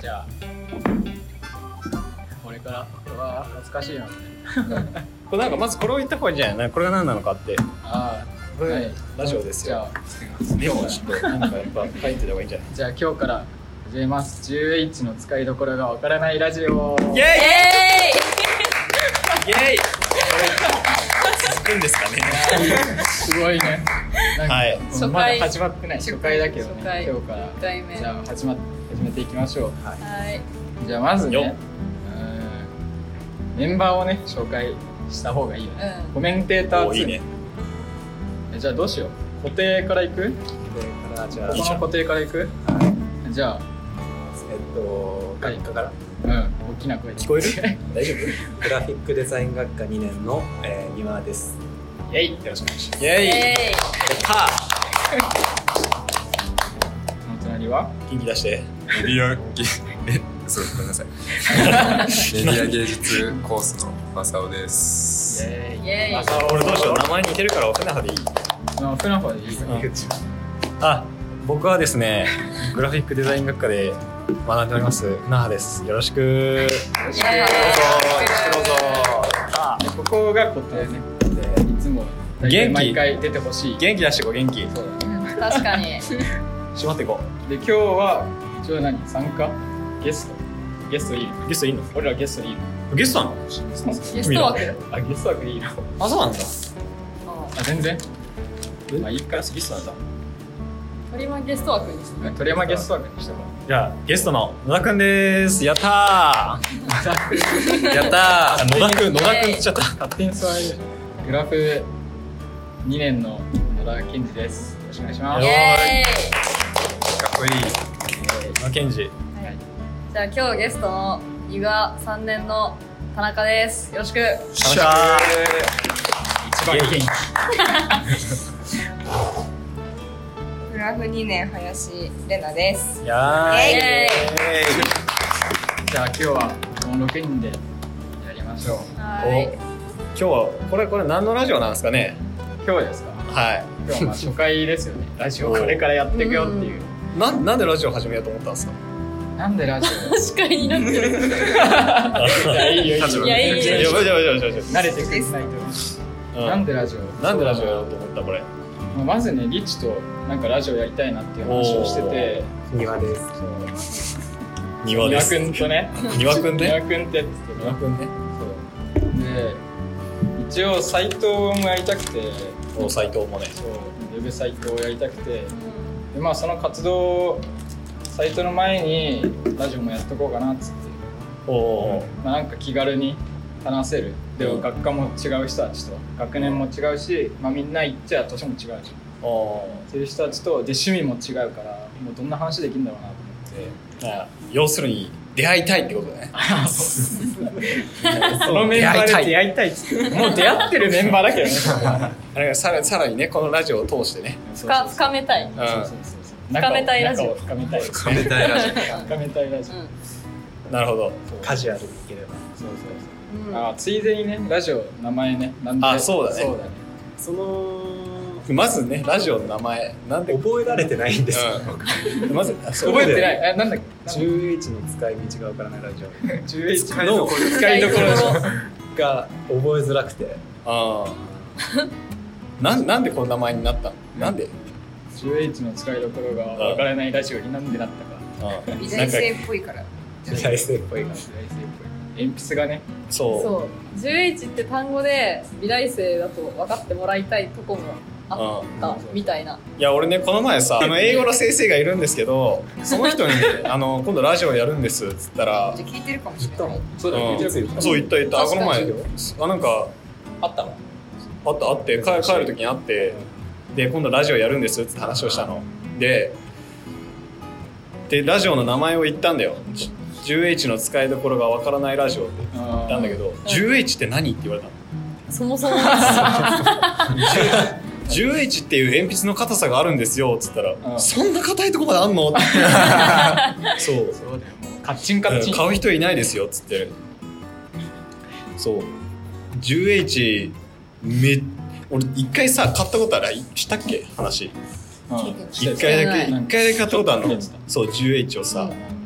じゃあこれから懐かしいなこれなんかまずこれを言った方がいいんじゃない？これが何なのかって。これ、 はい、 ラジオですよ。 じゃあメモをちょっとなんかやっぱ書いてた方がいいんじゃない？ じゃあ今日から始めます。10H の使いどころがわからないラジオ。 イエーイイエーイ続くんですかね。 すごいね。 はい。 まだ始まってない初回だけどね。今日から 1回目。 じゃあ始めていきましょう。 はい。 じゃあまずね、メンバーをね紹介した方がいいよね。コメンテーター2。 いいね。 じゃあどうしよう。固定からいく？ じゃあここの固定からいく？じゃあ学科から大きな声で聞こえる？大丈夫？ グラフィックデザイン学科2年の庭です。 イェイ、よろしくお願いします。 イェイ。やったー。 その隣は元気出して。 メディアそうごめんなさい。メディア芸術コースのマサオです。 イェイ。 イェイ。 俺どうしよう、名前似てるからオフナハでいい？ オフナハでいい。 あ、僕はですね、グラフィックデザイン学科で学んでおります那覇です。よろしく。よろしくどうぞ。 ここが固定ね。いつも毎回出てほしい。 元気出してこう、元気。 そうだね。 確かに。 しまっていこう。で今日は一応参加？ゲストいいの？ ゲストいいの？ 俺らゲストいいの？ ゲストなの？ ゲスト枠？ ゲスト枠でいいの？ あ、そうなんだ。 全然。まあいいか。 ゲストなんだ。 鳥山ゲスト枠にして。 鳥山ゲスト枠にしたか。 じゃあゲストの野田くんです。やったー。やったー。野田くん言っちゃった。 勝手に座れる。グラフ2年の野田健二です。よろしくお願いします。 イエーイ。 かっこいい。 野田健二。 じゃあ今日ゲストの伊賀3年の田中です。よろしく。 しゃー。 一番元気。 グラフ2年林玲奈です。 やーい。 じゃあ今日はこの6人でやりましょう。 はい。 今日はこれ何のラジオなんですかね？ 今日ですか？ はい。 今日は初回ですよね。ラジオこれからやっていくよっていう。 なんでラジオ始めようと思ったんですか？ なんでラジオ？ 司会になってる。 いやいいよ。 いやいいよ。 慣れてくれないと。なんでラジオやろうと思ったこれ？ まずね、リッチとラジオやりたいなっていう話をしてて。 庭です。 庭です。 くんとね。 庭くんね。 庭くんってやつって庭くんね。 そう。で、一応サイトもやりたくて。 サイトもね。 そう。ウェブサイトをやりたくて。で、まあその活動サイトの前にラジオもやっとこうかなっつって。まあなんか気軽に話せる。でも学科も違う人たちと学年も違うし、まあみんな言っちゃ年も違うし。そういう人たちとで趣味も違うからもうどんな話できるんだろうなと思って。 要するに出会いたいってことね。 そのメンバーで出会いたいっつってもう出会ってるメンバーだけどね。 あれがさらにねこのラジオを通してね深めたい。深めたいラジオ。 深めたいラジオ。 深めたいラジオ。なるほど。 カジュアルにいければ。 そう。ついでにねラジオ名前ね。 あ、そうだね。 そのまずねラジオの名前なんで覚えられてないんですよ。 まず覚えてない。なんだっけ ？10H の使い道がわからないラジオ。 10H の使いどころが覚えづらくて。 なんでこの名前になったの？なんで ？10H の使いどころがわからないラジオになんでなったか。 美大生っぽいから。 美大生っぽいから。 鉛筆がね。 そう。10H って単語で美大生だと分かってもらいたいとこもあったみたいな。 いや俺ねこの前さ英語の先生がいるんですけどその人に今度ラジオやるんですっつったらじゃ聞いてるかもしれない。 そうだ聞いてるけど。 そう言ったこの前なんかあったの？ あって帰る時に会ってで今度ラジオやるんですって話をしたのでラジオの名前を言ったんだよ。10H の使いどころがわからないラジオって言ったんだけど 10H って何って言われたの。 そもそも 10H っていう鉛筆の硬さがあるんですよっつったらそんな硬いとこまであんのってそうだよカッチンカッチン買う人いないですよっつってそう 10H 俺一回さ買ったことあるしたっけ話一回だけ買ったことあるのそう 10H をさ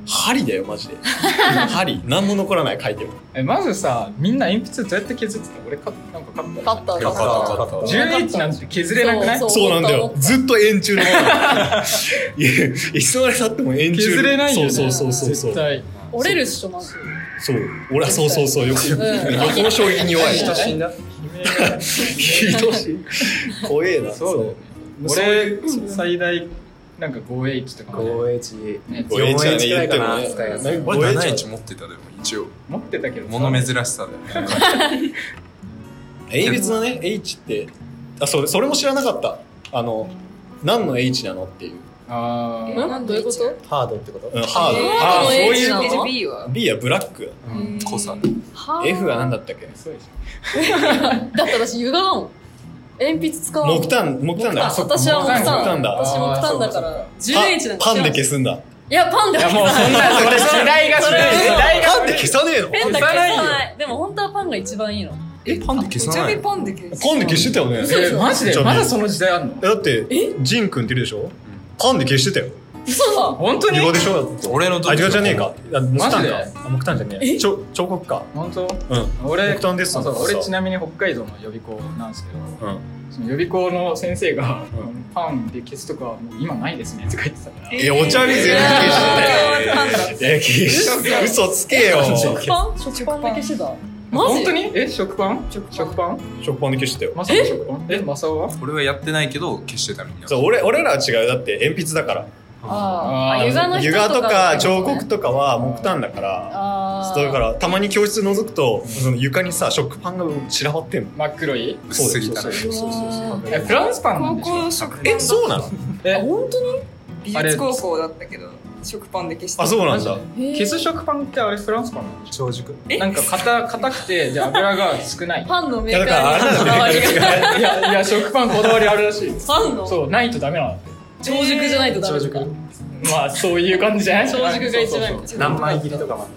針だよマジで針何も残らない書いてもまずさみんな鉛筆どうやって削ってた？俺なんか買ったカッター 10Hなんて削れなくない？ そうなんだよずっと円柱のままいつまで経っても円柱削れないよねそう絶対折れるっしょまずそう俺はそうよく横の衝撃に弱い人死んだ人死ん怖えなそうだよね俺最大なんか 5H とかね 5H ね 5H くらいかな言ってもね使いやすい俺 7H 持ってたでも一応持ってたけど物珍しさだよ英別のね H ってそれも知らなかった何の H なのっていうあどういうことハードってことハードそういう H なの B は B はブラック濃さはあ F は何だったっけそうでしだって私湯河だもん鉛筆使わん木炭だ私は木炭だ私木炭だから10H なんかパンで消すんだいやパンでょいやもうそんなそれ世代がパンで消さねえのペンだけ消さないでも本当はパンが一番いいのパンで消さないパンで消すパンで消してたよね嘘でしょマジでまだその時代あんの？ だってジン君っているでしょパンで消してたよ嘘だ本当に？ 岩でしょだって俺の時あ、岩じゃねえか木炭マジでか木炭じゃねえ彫刻か本当？ うん俺木炭ですそう俺ちなみに北海道の予備校なんですけどうんその予備校の先生がパンで消すとかもう今ないですねとか言ってたからいやお茶水全部消してたよ消して嘘つけよ食パンで消してたマジ本当に？食パン食パンで消してたよまさか食パンマサオは？ 俺はやってないけど消してたみんなそう俺らは違うだって鉛筆だから湯河の人湯河とか彫刻とかは木炭だからだからたまに教室覗くとその床にさ食パンが散らばってんの真っ黒い？ 薄すぎたねそうフランスパンなん高でしょ？ 校食パンそうなの本当に美術高校だったけど食パンで消してあそうなんだ消す食パンってあれフランスパンなんでしょ？ 長熟なんか硬くてで油が少ないパンのメーカだからあれーにこだわりがいや食パンこだわりあるらしいパンのそうないとダメなの長熟じゃないとダメだ長熟まあそういう感じじゃない？ 長熟が一番いいそう何枚切りとかも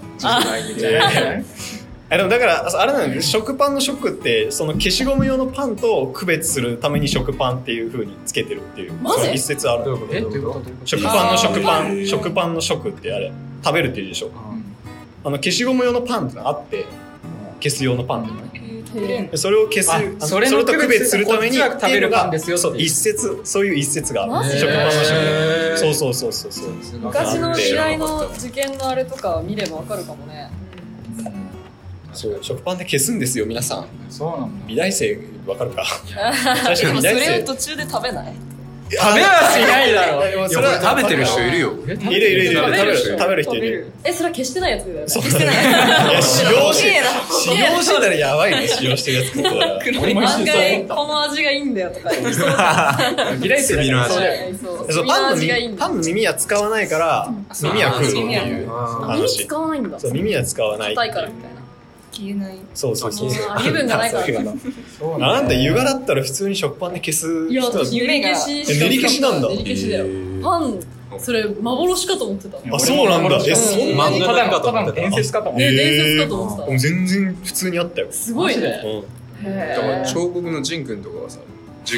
でもだからあれなんです食パンの食ってその消しゴム用のパンと区別するために食パンっていう風につけてるっていうマジその一説あるどういうことどういうこと？ 食パンの食パンの食ってあれ食べるっていうでしょ消しゴム用のパンってのがあって消す用のパンっていうのねそれを消すそれと区別するためにっていうのがそう一説そういう一説があマジる食パンのへー食そう昔の時代の受験のあれとか見ればわかるかもねそう食パンで消すんですよ皆さんそうなんだ美大生わかるか最初でもそ美大生れを途中で食べない食べはしないだろいやそれは食べてる人いるよいる食べる食べる人いるそれは消してないやつだよねそういや使用してたらやばいね使用してるやつ食ったら俺も一緒案にそう思った外この味がいいんだよとか言いそうだ美大生だからそうだよそうそうパンの耳は使わないから耳は食うっていう耳話使わないんだそう耳は使わない硬いからみたいな消えないそう油分がないからそうなんだ湯がだったら普通に食パンで消すいや人私練り消ししか練り消しなんだ練り消しだよパンそれ幻かと思ってたあそうなんだそんなにただの伝説かと思って伝説かと思ってたもう全然普通にあったよすごいねマだから彫刻のジン君とかはさ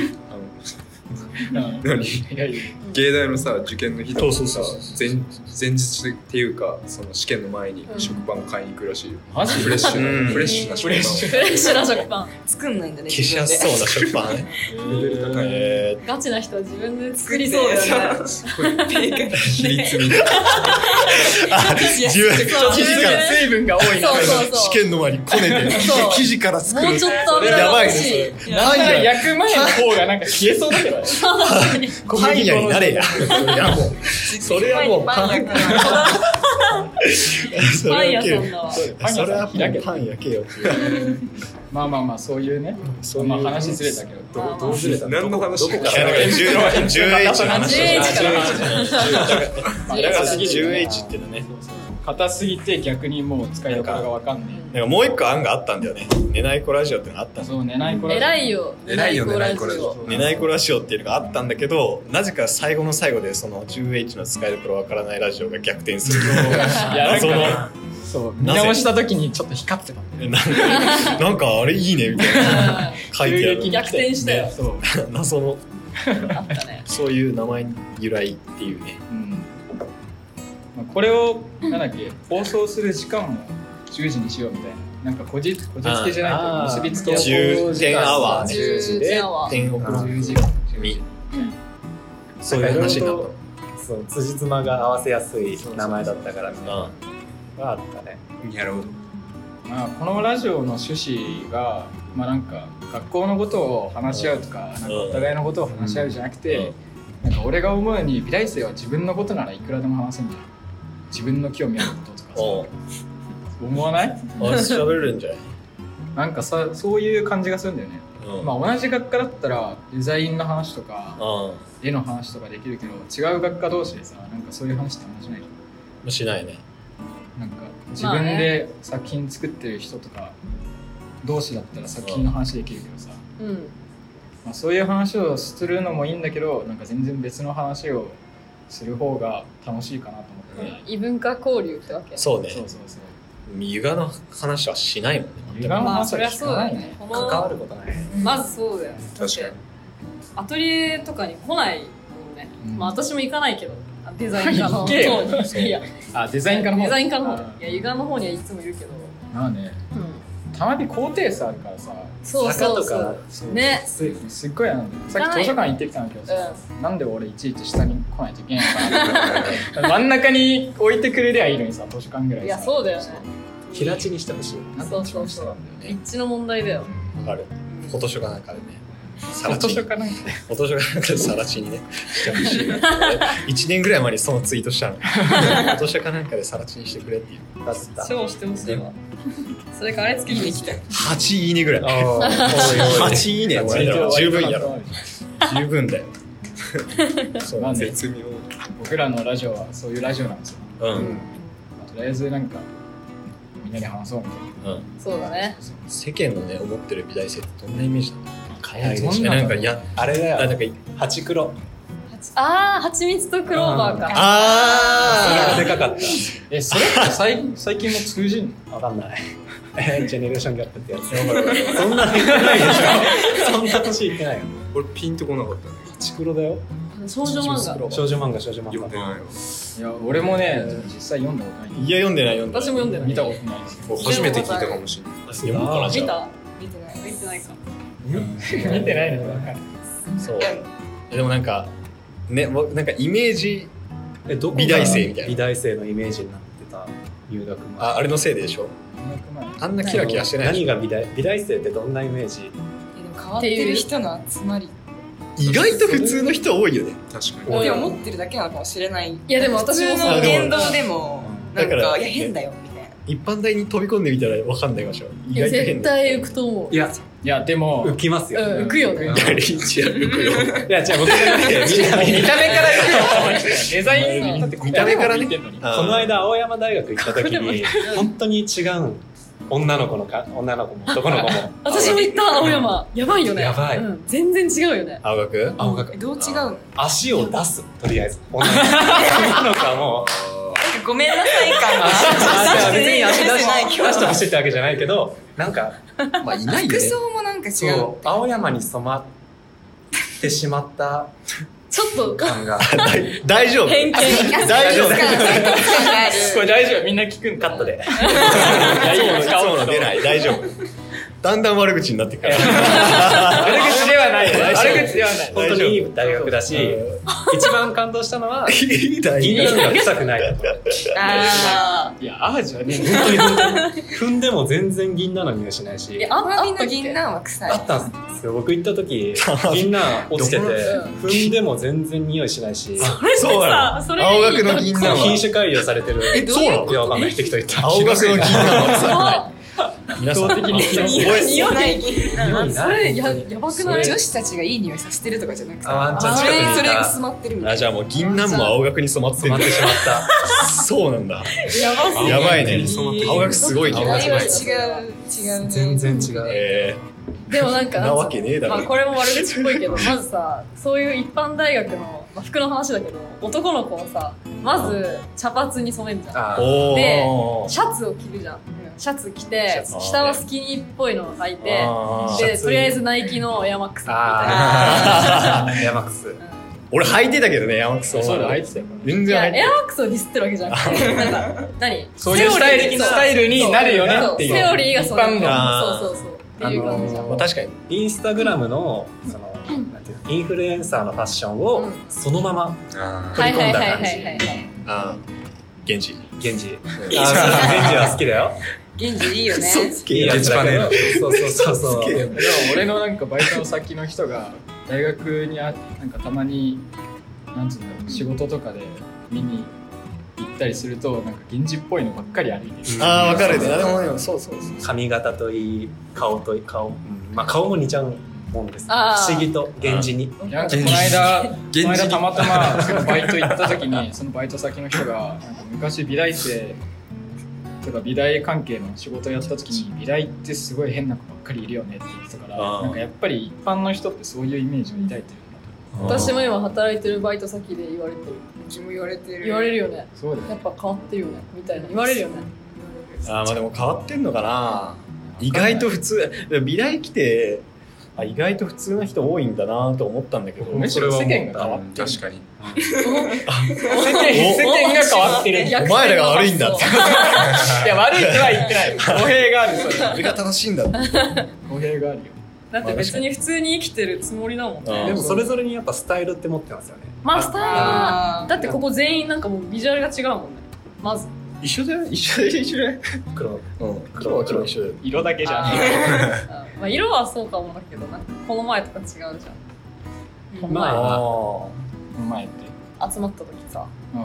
何いやいや芸大のさ受験の日とかさそう前日っていうかその試験の前に食パンを買いに行くらしいよマジフレッシュうんなフレッシュな食パンをフレッシュな食パン作んないんだね消しやすそうな食パンねガチな人は自分で作りそうだよねすごい比率に自分生地から水分が多いなそうそうそう試験の前にこねてそう生地から作るもうちょっと油が欲しいなんなら焼く前の方がなんか消えそうだけどねパン屋になれやいやもうそれはもうパンそれはパン屋さんだわそれはパン焼けよっていうまあそういうねまあ話ずれたけどどうずれた何の話いやだから 10H の話 10H からだから次 10H っていうのね硬すぎて逆にもう使いどころがわかんねなんかもう一個案があったんだよね寝ない子ラジオっていうのがあったえのそう寝ない子偉いよ偉いよ寝ない子寝ない子ラジオ寝ない子ラジオっていうのがあったんだけどなぜか最後の最後でその 10H の使いどころわからないラジオが逆転するいやなんそのかそう見直した時にちょっと光ってたなんかあれいいねみたいな書いてある逆転したよそう謎のあったねそういう名前に由来っていうねうんこれをなんだっけ放送する時間も10時にしようみたいな、なんかこじつけじゃないと結びつきやすい 10点アワー 10時でアワー点を送る 10時にそういう話になったの。 そう辻褄が合わせやすい名前だったからみたいなはあったね。 なるほど。 まあ、このラジオの趣旨が、まあ、なんか学校のことを話し合うとか、なんかお互いのことを話し合うじゃなくて、なんか俺が思うに美大生は自分のことならいくらでも話せんじゃん。自分の興味あることとかさ思わない？ 喋れるんじゃない？ なんかさ、そういう感じがするんだよね。まあ、同じ学科だったらデザインの話とか絵の話とかできるけど、違う学科同士でさ、なんかそういう話って話しないじゃん。 しないね。 なんか自分で作品作ってる人とか同士だったら作品の話できるけどさ、まあ、そういう話をするのもいいんだけど、なんか全然別の話をする方が楽しいかなと思って、 異文化交流ってわけ。 そうね。 そうそうそう。 ユガの話はしないもんね。 ユガのまあそりゃ話は聞かないね。 そう関わることない。 まずそうだよね。 確かに。 アトリエとかに来ないもんね。 うんまあ私も行かないけど、デザイン科の方行けよに。いや、 あ、デザイン科の方。 デザイン科の方に。 あいや、ユガの方にはいつもいるけど。 まあね、 うん。 たまに高低差あるからさ、 そうそうそう。 そうね。 すっごいなんだよ。さっき図書館行ってきたんだけどさ、なんで俺いちいち下に来ないといけないのかな真ん中に置いてくれりゃいいのにさ、図書館ぐらいさ。 いや、そうだよね。 平地にしてほしい。 そうそうそう。一致の問題だよ。 わかる。フォトショーかなんかでね。 フォトショーかなんかフォトショーかなんかでさらちにね、してほしい。1年ぐらい前にそのツイートしたの。フォトショーかなんかでさらちにしてくれっていう。 だった超してほしいわ。それからあれ作りに来て。 8いいねぐらい。8いいね。十分やろ。十分だよ。そうなんで絶妙。 僕らのラジオはそういうラジオなんですよ。 うん。 まあとりあえずなんかみんなに話そうみたいな。 そうだね。 世間のね、思ってる美大生ってどんなイメージなの？ 早いどんななんかあれだよ。 なんかハチクロ。 蜂蜜とクローバーか。 あそれがでかかっそれって最近も通じんの？ た。わかんない。ジェネレーションギャップってやつ。そんな年いってないでしょ。そんな年いってないよ。 俺ピンとこなかったね。 ハチクロだよ。 少女漫画。 少女漫画。 読んでないわ。 いや俺もね実際読んだことない。 いや読んでない私も読んでない。 見たことないです。 俺初めて聞いたかもしれない。 読もうかなじゃあ。 見た？見てない。見てないか。 見てないのか分かんない。 そう。でもなんかね、なんかイメージどこが美大生みたいな美大生のイメージになってた入学前。 あれのせいでしょ。あんなキラキラしてないでしょ。 何が美大生ってどんなイメージ？ でも変わってる人の集まり意外と普通の人多いよね。 確かに。 って思ってるだけなのかもしれない。 いやでも私も普通の言動でもなんだからかいや変だよみたいな。 一般大に飛び込んでみたら分かんないかしら。意外と変絶対浮くと思う。 いやいやでも浮きますよ。 浮くよね。 だ。リーチやるくよ。 いや違う僕じゃなくてみんな見た目からデザイン見た目からね。 この間青山大学行った時に本当に違う女の子も男の子も私も行った青山。やばいよね。 やばいうん。全然違うよね。 青学？ 青学どう違うの？ 足を出すとりあえず女の子はもうごめんなさい感が別に足出してないしてほしいってわけじゃないけどなんかまあいないよ服ね。 装もなんか違う。 そう青山に染まってしまったちょっと感が大丈夫。 偏見。 大丈夫。 これ大丈夫みんな聞くんカットでいつもの出ない。大丈夫。だんだん悪口になってくる。 悪口ではない悪口ではない。 本当にいい大学だし一番感動したのは銀杏が臭くないことあいやあーじゃね本当に踏んでも全然銀杏の匂いしないしー。 周りの銀杏は臭い。 あったんですよ僕行った時銀杏落ちてて踏んでも全然匂いしないしそうなの。 それ青学の銀杏品は。 種改良されてるどういうこといやわかんない適当言った青学の銀杏は。皆さん的に匂いしない銀杏。 匂いそないれやばくない？ 女子たちがいい匂いさせてるとかじゃなくて、 あワンちゃんそ近くにいたれが詰まってるみたいあ、じゃあもう銀杏も青学に染まってる。 染まってしまったそうなんだ。 やばすぎる。 やばいね。 染青学すごいね。 な。あれは違うね。 全然違うでもなんかなわけねえだろまあこれも悪口っぽいけど、まずさ、そういう一般大学の、まあ、服の話だけど、男の子はさ、まず茶髪に染めるじゃん。 あおでー。 シャツを着るじゃん。シャツ着て、 シャツ下はスキニーっぽいのを履いて、 あーで、とりあえずナイキのエアマックスみたいな。 あーヤマックス俺履いてたけどねエアマックス。 そうだ入ってたよ。 全いや然履いてた。 エアマックスをディスってるわけじゃなくてなんか何そういうスタイルになるよねっていう。 セオリーがそういう一般のそうっていう感じじゃん。 まあ確かにインスタグラムのそのなんていうのインフルエンサーのファッションをそのままあ取り込んだ感じ。 あ源氏源氏。そう源氏は好きだよ。 源氏いいよね。 いいやつだけど。そう。 でも俺のなんかバイトの先の人が大学になんかたまになんつうんだろう仕事とかで見に行ったりするとなんか源氏っぽいのばっかり歩いてる。 ああ分かるね。でもそう髪型といい顔といい顔、まあ顔も似ちゃうもんです。不あー思議と源氏に。 なんかこの間たまたまそのバイト行った時にそのバイト先の人がなんか昔美大生とか美大関係の仕事やった時に美大ってすごい変な子ばっかりいるよねって言ってたからなんかやっぱり一般の人ってそういうイメージを抱いてるんだと。 私も今働いてるバイト先で言われてる。 うちも言われてる。 言われるよね。 そうだよね。 やっぱ変わってるよねみたいな言われるよね。 ああまあでも変わってんのかな。意外と普通美大来て意外と普通な人多いんだなと思ったんだけど。 むしろ世間が変わってる。 確かに。 世間が変わってる。 お前らが悪いんだって。 いや悪いとは言ってない。語弊があるそれ。 俺が楽しいんだって。 語弊があるよ。 だって別に普通に生きてるつもりだもんね。 でもそれぞれにやっぱスタイルって持ってますよね。 まあスタイルはあーだってここ全員なんかもうビジュアルが違うもんね。まず一緒だよ一緒だよ。 黒。 黒は黒一緒だよ。 色だけじゃん。 まあ色はそうかもだけどなんかこの前とか違うじゃん。この前まあ前って。 集まった時さうん。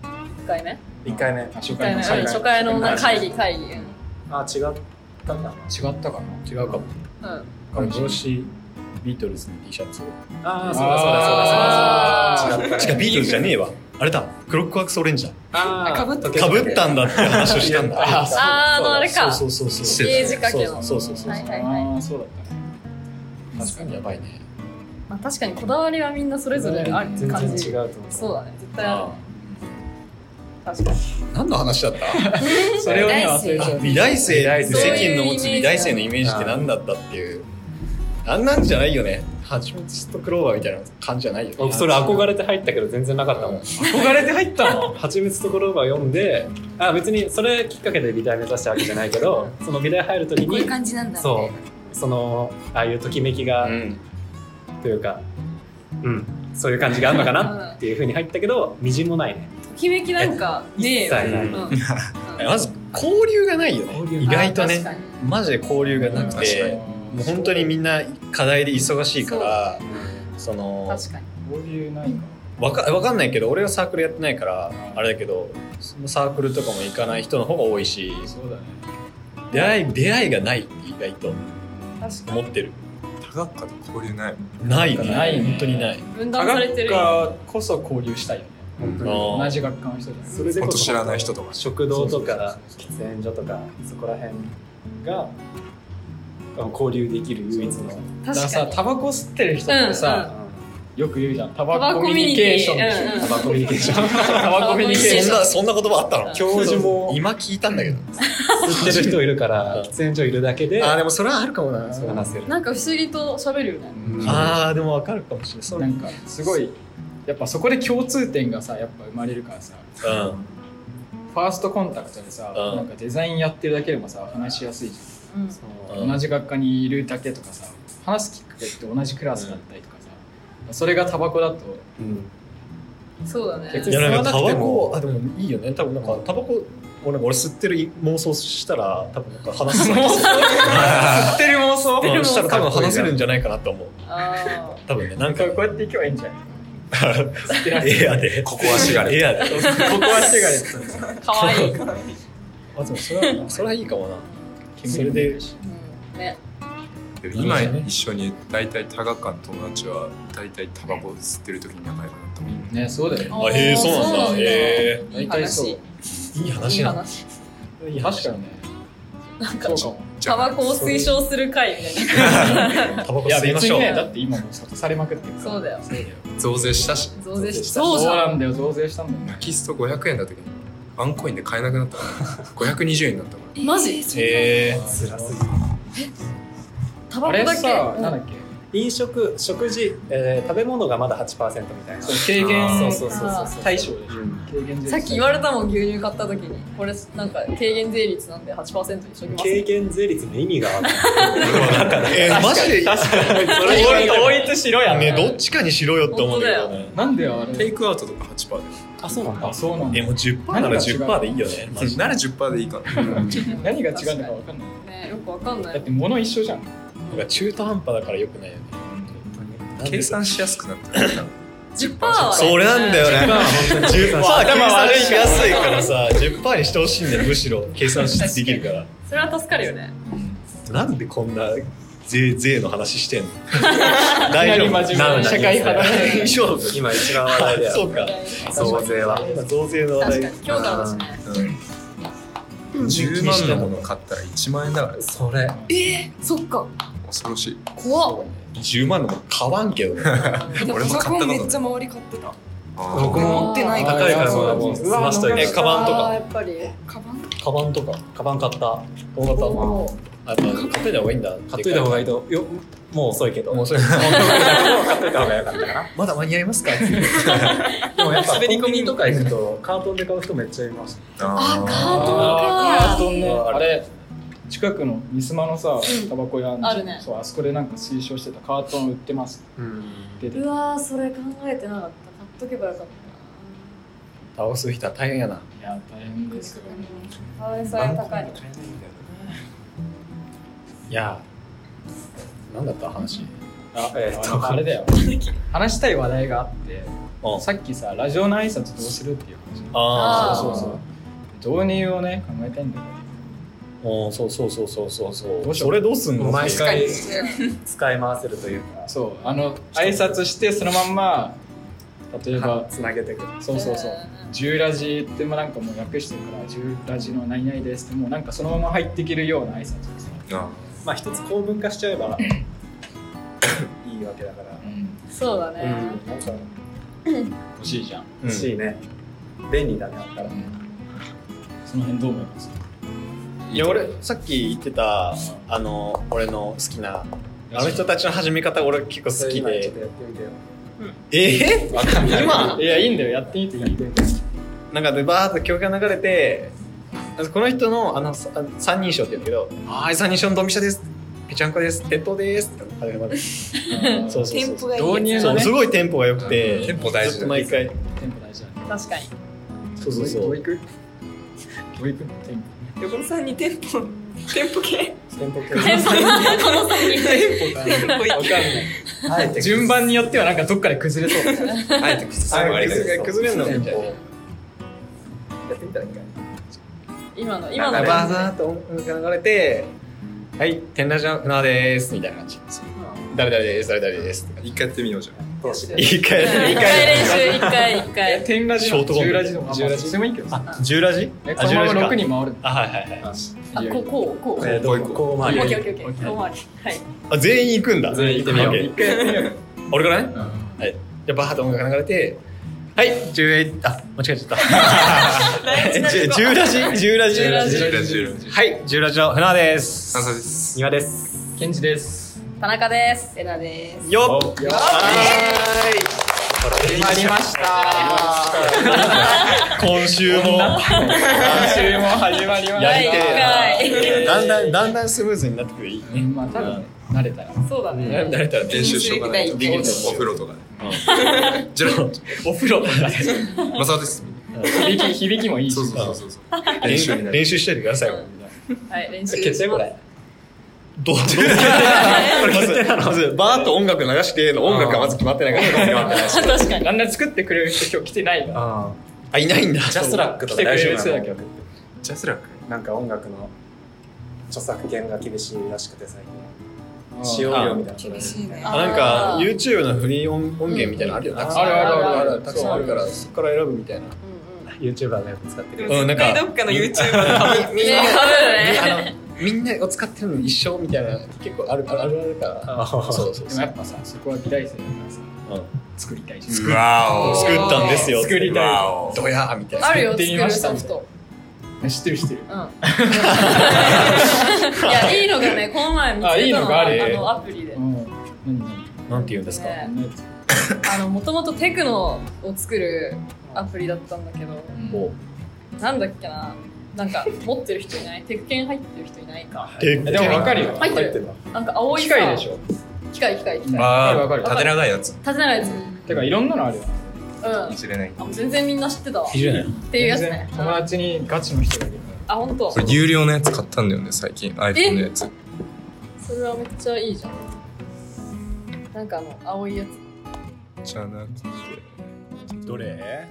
1回目 1回目。 初 1回目会初回の会議あ違ったかな。 違ったかな。 違うかも。 うん帽子ビートルズの T シャツ。 あああそうだ。 違うビートルズじゃねえわ。あれだクロックワークスオレンジだ。 かぶったかぶったんだって話をしたんだ。 あれかそうそうゲージ掛けのそうはいはいはいああそうだったね。 確かにやばいね。 まあ確かにこだわりはみんなそれぞれある全感じ然違うと思う。 そうだね絶対あるね確かに何の話だった？ それをね忘れちゃう。 美大生美大生世間の持つ美大生のイメージって何だったっていうあんなんじゃないよね。はちみつとクローバーみたいな感じじゃないよね。 僕それ憧れて入ったけど全然なかったもん。 憧れて入ったの？ はちみつとクローバー読んで、別にそれきっかけで美大目指したわけじゃないけど、その美大入るときこういうに感じなんだって。 そのああいうときめきが、というか、そういう感じがあるのかなっていう風に入ったけど、みじんもないね。 ときめきなんかねえよ一切ないうんまず交流がないよね。意外とね確かにマジで交流がなくて、もう本当にみんな課題で忙しいからその確かに交流ないか。 わかんないけど俺はサークルやってないからあれだけどそのサークルとかも行かない人の方が多いしそうだね。 出会いがないって意外と確か思ってる。 多学科と交流ない。 ないね。 ないね本当にない。 に分断されてる科学科こそ交流したいよね。 本当にあ同じ学科の人じゃない。 それでこそほんと知らない人とか食堂とか喫煙所とかそこら辺が交流できる唯一のだから確かにさタバコ吸ってる人ってさ、よく言うじゃん。タバココミュニケーションでしょ。 タバコミュニケーションタバココミュニケーション。 そんな言葉あったの？ 教授も今聞いたんだけど。 吸ってる人いるから喫煙所いるだけであでもそれはあるかもな。 話せる。 なんか不思議と喋るよねあでもわかるかもしれない。それなんかすごいやっぱそこで共通点がさやっぱ生まれるからさ。ファーストコンタクトでさ、 うんなんかデザインやってるだけでもさ話しやすいじゃん。 うん同じ学科にいるだけとかさ話すきっかけって同じクラスだったりとかさ、それがタバコだとそうだね別いやなんかタバ吸わなくてもコでもいいよね。多分なんかタバコ俺吸ってる妄想したら多分なんか話せそう。 吸ってる妄想うんしたら多分話せるんじゃないかなと思う。 あ多分ねなんかこうやっていけばいいんじゃない？ エアでここはシガレットエアで。 ここはシガレットです。 あかわいい、うんあでもそれはいいかもな。それでねでも今一緒に大体多学科の友達は大体タバコ吸ってる時に仲良くなったもん。 ねそうだよ。 あそうなんだ。 いい大体そう。 話いい話なの。 いい話確かにね。 なんかそうかも。 タバコを推奨する会みたいなタバコいや吸いましょう。 別にねだって今も外されまくってるから。 そうだよ増税したし、 増税しそそううじゃなんんだよ増税したんだよね。 キスト500円だった時にワンコインで買えなくなったから520円になったから。 マジ辛すぎる。 タバコだけあれさなんだっけ飲食食事、食べ物がまだ 8% みたいな。 そう軽減そう対象でしょ。軽減税率さっき言われたもん、牛乳買った時にこれなんか軽減税率なんで 8% にしときます。 軽減税率の意味が分かんないマジで確かにそれ統一しろやね、どっちかにしろよって思うんだけどね。 なんであれテイクアウトとか 8% であ、そうなんだ。 あ、そうなんだ。 もう 10% なら 10% でいいよね。マジでなら 10% でいいかな。 何が違うのか分かんない。 ね、よくわかんない。 だって物一緒じゃん。 なんか中途半端だからよくないよね。 計算しやすくなってる。 10%はそれなんだよね。10%計頭悪い算しやすいからさ、10% にしてほしいんだよ、むしろ計算できるから。 それは助かるよね。 なんでこんな税の話してんの？大丈夫？ 真面目な社会派だね。 大丈夫？ 今一番話題だよ。 そうか。 増税は。 今増税の話題。 確かに今日からだしね。 10万のもの買ったら1万円だから。 それ。 そっか。 恐ろしい。 怖っ。 10万のも買わんけどね。 俺も買ったことない。 めっちゃ周り買ってた。 僕も持ってない高いからもう済ましといて。 カバンとかやっぱり。 カバン？ カバンとか。 カバン買った。 どうだったの？やっぱ買っといた方がいいんだ。 買っといた方がいいと。よ、もう遅いけど。 もうそれ。 買っといた方がよかったかな。 まだ間に合いますか？ でもやっぱ滑り込みとか行くとカートンで買う人めっちゃいます。 カートンカートンね。あれ近くのミスマのさ、タバコ屋あるね。 そう、あそこでなんか推奨してたカートン売ってますって出てうわー、それ考えてなかった。買っとけばよかったタバコ吸う人は大変やな。 いや大変ですよ。 な。あれさえ高い。 いや、なんだった話？ あれだよ。話したい話題があってさっきさ、ラジオの挨拶どうするっていう話。 あそうそうそう。導入をね、考えたいんだよね。 そう。 どうしようそれどうすんの？ 毎回使い回せるというか。 そう、挨拶してそのまんま、例えばつなげてくる。 そう10ラジってもなんかもう訳してるから10ラジの何々ですってもうなんかそのまま入っていけるような挨拶をさ。 まあ一つ構文化しちゃえばいいわけだから。 そうだね。 なんか欲しいじゃん。 欲しいね。便利だね、あったら。 その辺どう思います？ いや、俺さっき言ってた俺の好きなあの人たちの始め方、俺結構好きで。 ちょっとやってみてよ。 わかんない。 今いや、いいんだよ、やってみていい。 なんかでバーッと曲が流れて、この人の三人称って言うけど、はい、三人称のドンピシャです、ぺちゃんこです、鉄塔ですって始まる。そうテンポがいい。 導入のね。 すごいテンポが良くて、 テンポ大事ずっと毎回。 テンポ大事だね。 確かに。 そう。 教育テンポ。 横野さんにテンポ系。 テンポ系。 この先に。 わかんない。順番によってはなんかどっかで崩れそう。 あえて崩崩れるのみたいな。 やってみたらいいか。 今のバーッと音楽が流れて、はい、天ラジの船でーすみたいな感じ。誰々です。 一回やってみようじゃん。 一回一回練習、一回。 10ラジの10ラジの10ラジでもいいけどさ。 10ラジ？ このまま6に回る。 はい。 あ、こう。 こう回り。 オッケー。こう回り。はい。 全員行くんだ。 全員行ってみよう。 一回やってみよう。 俺からね。はい。じゃあバーッと音楽が流れて、はい、10ラジ。10ラジ。はい、10ラジの船です。 三差です。 庭です。 ケンジです。 田中です。 レナです。 よっ。 始まりました。 今週も始まりました。 やりてえだんだんスムーズになってくるいいね。 まあ多分慣れたら。 そうだね。 慣れたら練習しようかな。 できるお風呂とかで。じゃあ、 お風呂とかでマサです。 響きもいいし。 そう。 練習しといてくださいよ。 はい、練習決定これ。 どうまずバーッと音楽流しての音楽がまず決まってないから確かに。 だんだん作ってくれる人今日来てないから。 いないんだ。 ジャスラックとか来てくれ大丈夫なの？ る人だけど。 ジャスラック。 なんか音楽の著作権が厳しいらしくて最近。使用料みたいな。 厳しいね。 なんか YouTube のフリー音源みたいなのあるよ。たくさんあるたくさんあるからそこから選ぶみたいな。 YouTuber のやつ使ってる。 なんかどっかの YouTuber のみんなを使ってるの一緒みたいな結構あるから。そう。 でもやっぱさ、そこは美大生だからさ、作りたいし。 うわ作ったんですよ。 作りたい。 どやーみたいな。 あるよ、作る作ってみましたソフト。 知ってる。 いや、いいのがね、この前見つけたのあいいのがあるアプリで。 何なんて言うんですか？ もともとテクノを作るアプリだったんだけど、なんだっけな、なんか持ってる人いない？テク犬入ってる人いないか。 でも分かるよ。 入ってる。なんか青い機械でしょ。 機械。 あ分かる。 縦長いやつ。 縦長いやつ。 てかいろんなのあるよ。 うん。 いじれない。 全然みんな知ってたわ。 いじれない。 っていうやつね。 友達にガチの人がいる。 あ、本当。 これ有料のやつ買ったんだよね最近 iPhone のやつ。 それはめっちゃいいじゃん。なんか青いやつ。 じゃなくて。 どれ？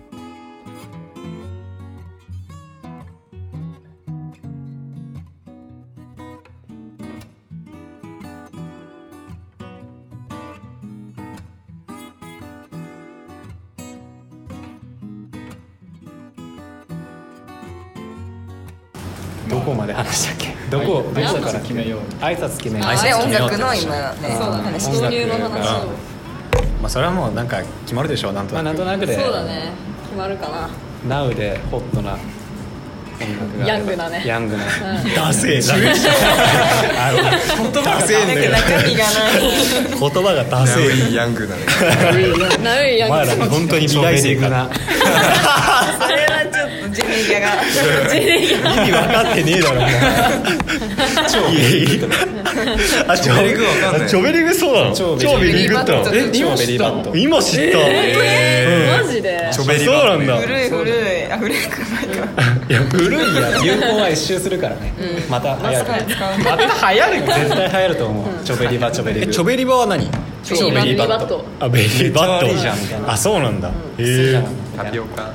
どこまで話したっけ？どこから決めよう。 挨拶決めよう。 あれ音楽の今ねそうだね。 話導入の話を。 まあそれはもうなんか決まるでしょう。なんとまあなく。 なんとなくでそうだね。決まるかな。 Now でホットな音楽がヤングなね。 ヤングな。 ダセーな。言葉がダセーんだよ。 中身がない言葉がダセナウー。 イヤングだね。 なるヤンお前らグ。 本当に未来生かな。 それはちょっとジェネギャが意味分かってねえだろ。超ベリグ。あ、チョベリグわかんない。チョベリグそうなの。超ベリグっての。 超ベリーバット。 今知った。 マジで。 チョベリそうなんだ。 古い古いくないかいや古いや。 流行は一周するからね。また流行る。 また流行る絶対流行ると思う。チョベリバチョベリグ。 チョベリバは何？ 超ベリーバット。 あ、ベリーバット。 めっちゃ悪いじゃんみたいなあ、そうなんだ。へえ。 タピオカ。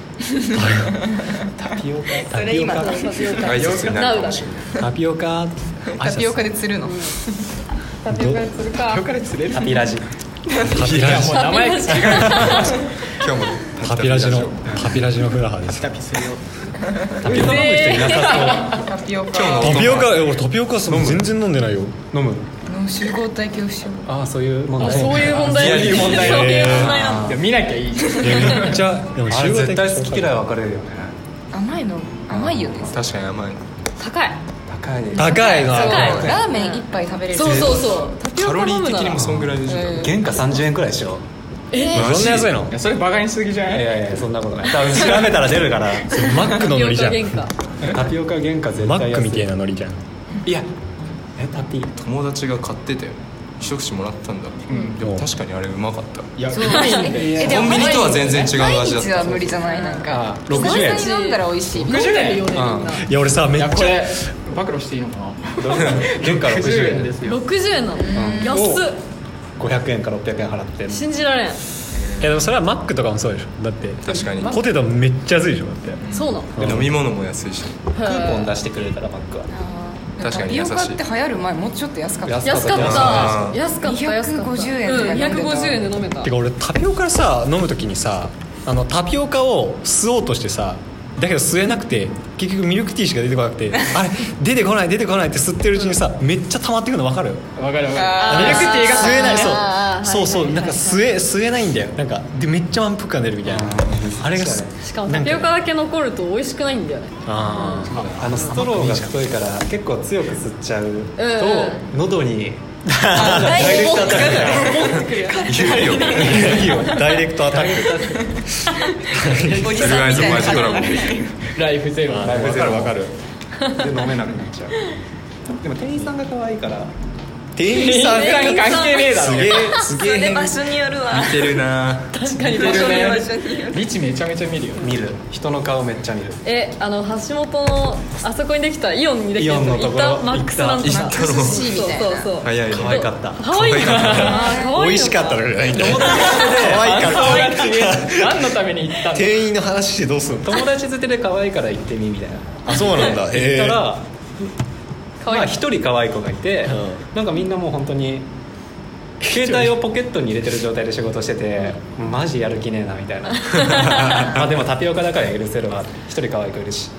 タピオカ。 それ今タピオカ。 挨拶になるかもしれない。 タピオカ。 タピオカで釣るのタピオカで釣るか。 タピラジ。 タピラジ。 もう名前違う。 今日もタピラジのフラハです。 タピオカ飲む人いなさタピオカタピオカ、俺タピオカ全然飲んでないよ。 そう。飲む。 集合体恐怖症ああそういう問題。 そういう問題。 そういう問題そういう問題なんだ。 見なきゃいい。 めっちゃでもあれ絶対好き嫌い分かれるよね。 甘いの甘いよね確かに甘い。 高い。 高い。 高いな。 高いラーメン一杯食べれるそう。タピオカロリカ飲むならー的にもそんぐらいでしょ。 原価30円くらいでしょ。 そんな安いの？ いやそれバカにしすぎじゃない？ いやそんなことない。多分調べたら出るから。 マックのノリじゃん。 タピオカ原価絶対安い。 マックみたいなノリじゃん。 いやタピ。 友達が買ってたよ。一口もらったんだ。でも確かにあれうまかった。 いやそうないんで。 でもコンビニとは全然違う味だった。 毎日は無理じゃないなんか 60円。 久々に飲んだら美味しい飲んでるよねみんな。 いや俺さめっちゃいやこれ暴露していいのかな？ 原価60円ですよ。 60円なの。安っ。 500円か600円払って。 信じられん。 でもそれはマックとかもそうでしょ。だって確かに。 ポテトめっちゃ安いでしょ。だってそうなの。 飲み物も安いし。 クーポン出してくれたらマックは。 確かに優しい。 タピオカって流行る前もうちょっと安かった安かった。安かった。 250円とかで飲んでた 250円で飲めたて。か俺タピオカさ飲むときにさタピオカを吸おうとしてさだけど吸えなくて結局ミルクティーしか出てこなくてあれ出てこないって吸ってるうちにさめっちゃ溜まってくの分かる？ わかる。ミルクティーが吸えないあーそうなんか吸えないんだよ。なんかでめっちゃ満腹感出るみたいなあれがしかもタピオカだけ残ると美味しくないんだよね。 あストローが太いから結構強く吸っちゃうと喉にダイレクトアタッ言えるよ。 いいよダイレクトアタックおじさんみたいなドラゴンライフゼロ。 分かる分かる。 で飲めなくなっちゃう。でも店員さんが可愛いから店員さん関係ねえだろ。 すげえそれ場所によるわ似てるな。 確かに場所によるリチめちゃめちゃ見るよ。 見る人の顔めっちゃ見る。 橋本のあそこにできたイオンにできたイオンのところ行ったマックスなんとか。 行ったのそうみたいなそう早いね。 可愛かった。 可愛いな。可愛い美味しかったのじゃないんだよ。可愛かった。 何のために行ったの？ 店員の話してどうすんの？ 友達連れで可愛いから行ってみみたいな。 あそうなんだ。 行ったら可愛いまあ一人可愛い子がいて、なんかみんなもう本当に携帯をポケットに入れてる状態で仕事しててマジやる気ねえなみたいなまあでもタピオカだから許せるわ。一人可愛い子いるし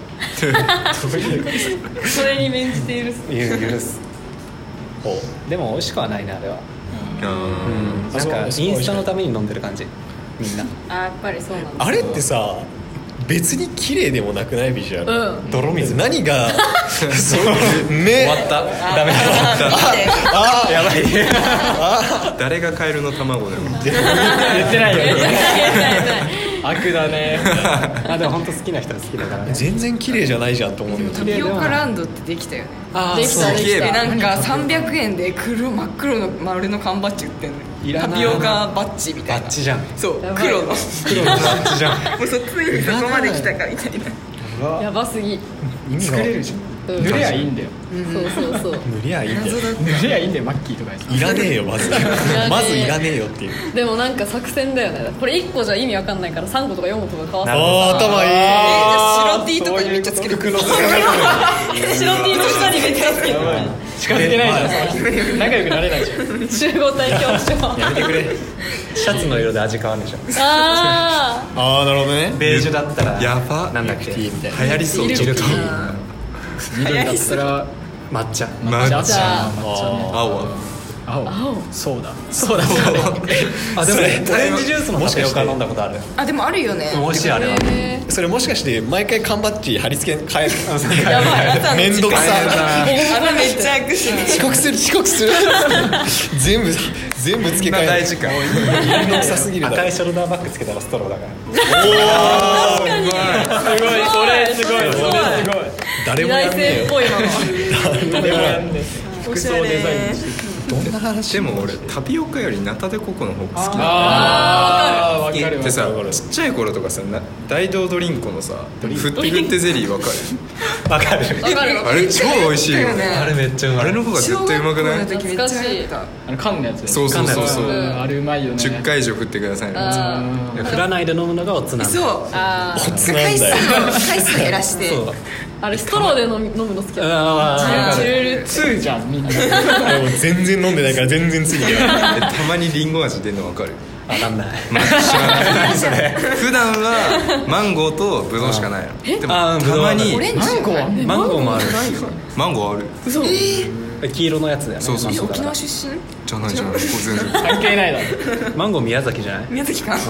それに免じている。 許す。でも美味しくはないねあれは。なんかインスタのために飲んでる感じみんな。 あやっぱりそうなんだ。 あれってさ別に綺麗でもなくないビジュアル、 泥水何が目終わったダメだあやばい誰がカエルの卵だよ言ってないよ悪だねあでも本当好きな人は好きだからね。 全然綺麗じゃないじゃんと思うよ。 タピオカランドってできたよね。 できたできでた。 なんか300円で真っ黒の丸の缶バッジ売ってんの。タピオカバッジみたいな。 バッジじゃん。 そうやばい黒の。 黒のバッジじゃん。 もうついにそこまで来たかみたいな。 やばすぎ。 作れるじゃん塗りゃいいんだよそうそうそう。 塗りゃいいんだよ。 塗りゃいいんだよマッキーとかにいらねえよまずまずいらねえよっていう。 でもなんか作戦だよね。これ1個じゃ意味わかんないから3個とか4個とか買わせてさ。 頭いい。 じゃあ白 T とかにめっちゃつける。 白 T の下にめっちゃつける。 近づけないじゃん仲良くなれないじゃん集合体恐怖症。 やめてくれ。 シャツの色で味変わるんでしょ。 あああなるほどね。 ベージュだったらやばなんだっけいいみたいな。 流行りそうちょっと緑だったら抹茶。 抹あ。じ茶ゃあ青は青そうだあでもそれオレンジジュースのタピオカ飲んだことある。 あでもあるよね。 美味しいあれは。 それもしかして毎回缶バッジ貼り付け変えるやばい。 めんどくさあのめっちゃ悪心。 遅刻する全部付け替える大事かめんどくさすぎるだろ。 赤いショルダーバッグつけたらストローだから。 おーすごいそれすごい誰もやんねえよ。 っぽいの。 誰もやんね服装デザインどんな話。 でも俺タピオカよりナタデココの方が好きあーわかるでさわかるちっちゃい頃とかさ大道ドリンクのさ振ってゼリーわかるわかる。 わかる。 あれ超美味しいよねあれめっちゃうまい。 あれの方が絶対うまくない小学校の時めっちゃ流行った。 缶のやつそうそうそうそううんあれうまいよね 10回以上振ってくださいねあ振らないで飲むのがオツなんだ。 そう。 あー。 回数減らして。 そう。 あれストローで飲むの好きだ。 あジュルル。 2じゃんみんなもう全然飲んでないから全然ついていけない。 たまにリンゴ味出るのわかるわかんない。 まあ知らないそれ普段はマンゴーとブドウしかないのでもあーたまにオレンジ。 マンゴーはマンゴーもある。 マンゴーある嘘。 黄色のやつだよね。 そうそうそう沖縄出身？ じゃないじゃないこれ全然関係ないだろマンゴー宮崎じゃない。 宮崎か。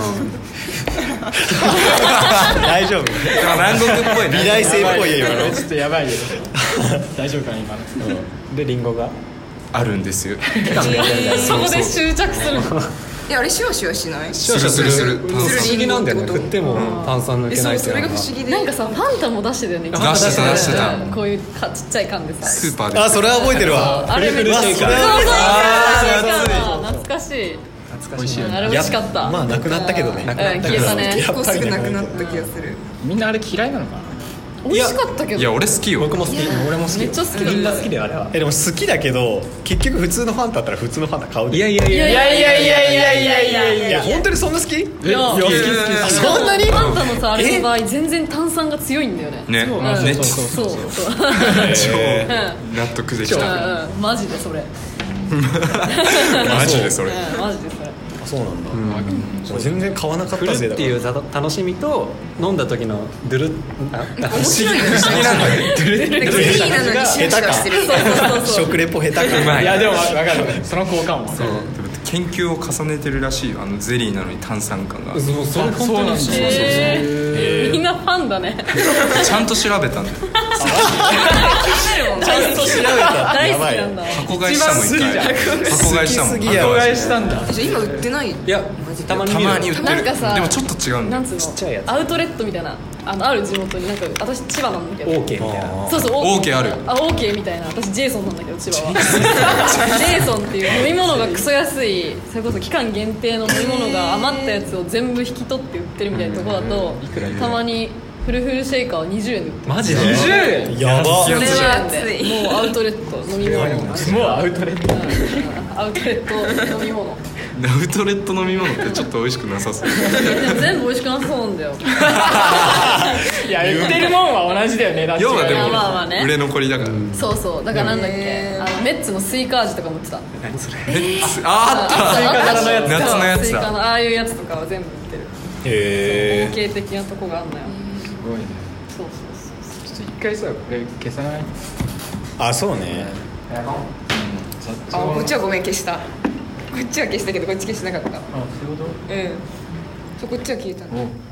大丈夫。 南国っぽいね美大生っぽいよ今の。 ちょっとやばいよ大丈夫かな今のでリンゴが。 あるんですよそこで執着する。 あれシュワシュワしない？ するするする不思議なんだよね。振っても炭酸抜けないっていうのが。 それが不思議で。 なんかさファンタも出してたよね。 出してたこういうちっちゃい缶でさ。 スーパーであそれは覚えてるわ。 あれめっちゃうわそれは懐かしい。 美味しいよねあれ美味しかった。 まあなくなったけどね。 消えたね。 結構すぐなくなった気がする。 みんなあれ嫌いなのかな美味しかったけど。 いや俺好きよ僕も好き。 俺も好きめっちゃ好きだみんな好きであれは。 でも好きだけど結局普通のファンタだったら普通のファンタ買うで。 いやいやいいややいやいやいやいやいやいやいや。 いや本当にそんな好き？ いや好き好きそんなに？ ファンタのさあれの場合全然炭酸が強いんだよね。 ねうんねそうそう。 超納得できたうんマジでそれ。 マジでそれうんマジでそれ。 そうなんだ。俺全然買わなかったぜだから。 振るっていう楽しみと飲んだ時のドゥル面白いよね。 不思議なんだねゼリーなのにシュワシュワしてるみたいな。 食レポ下手か。 うまいやでも分かるその効果もでも研究を重ねてるらしいよゼリーなのに炭酸感がそれ本当にみんなファンだね。 ちゃんと調べたんだよちゃんと調べた。大好きなんだ。 箱買いしたもん一回箱買いしたもん好きすぎや公開したんだ今売ってない？ いやたまにた見るまに売ってるなんかさでもちょっと違うんだよなんつうのちっちゃいやつアウトレットみたいなある地元になんか私千葉なんだけど。 OK みたいな。 そうそうオーケーあるあオーケーみたいな私ジェイソンなんだけど千葉はジェイソンっていう飲み物がクソ安いそれこそ期間限定の飲み物が余ったやつを全部引き取って売ってるみたいなとこだとたまにフルフルシェイカーは20円で売ってる。 マジで 20円やば。 それは熱 20円い。 でもうアウトレット飲み物もうアウトレットアウトレット飲み物アウトレット飲み物ってちょっと美味しくなさそう全部美味しくなさそうなんだよ。 いや売ってるもんは同じだよねだって要はでもまあまあね売れ残りだからそうそうだからなんだっけメッツのスイカ味とかも売ってた。 何それ。 あスイカ柄のやつ夏のやつだスイカのああいうやつとかは全部売ってる。 へ統計的なとこがあんのよ。 すごいねそうそうそうちょっと一回さこれ消さないあそうね。 あこっちはごめん消した。こっちは消したけどこっち消してなかった。 あそういうことうん。そうこっちは消えたの。 お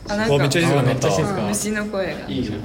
あ、なんかめっちゃ静かになっためっちゃ静か虫の声がいいじゃん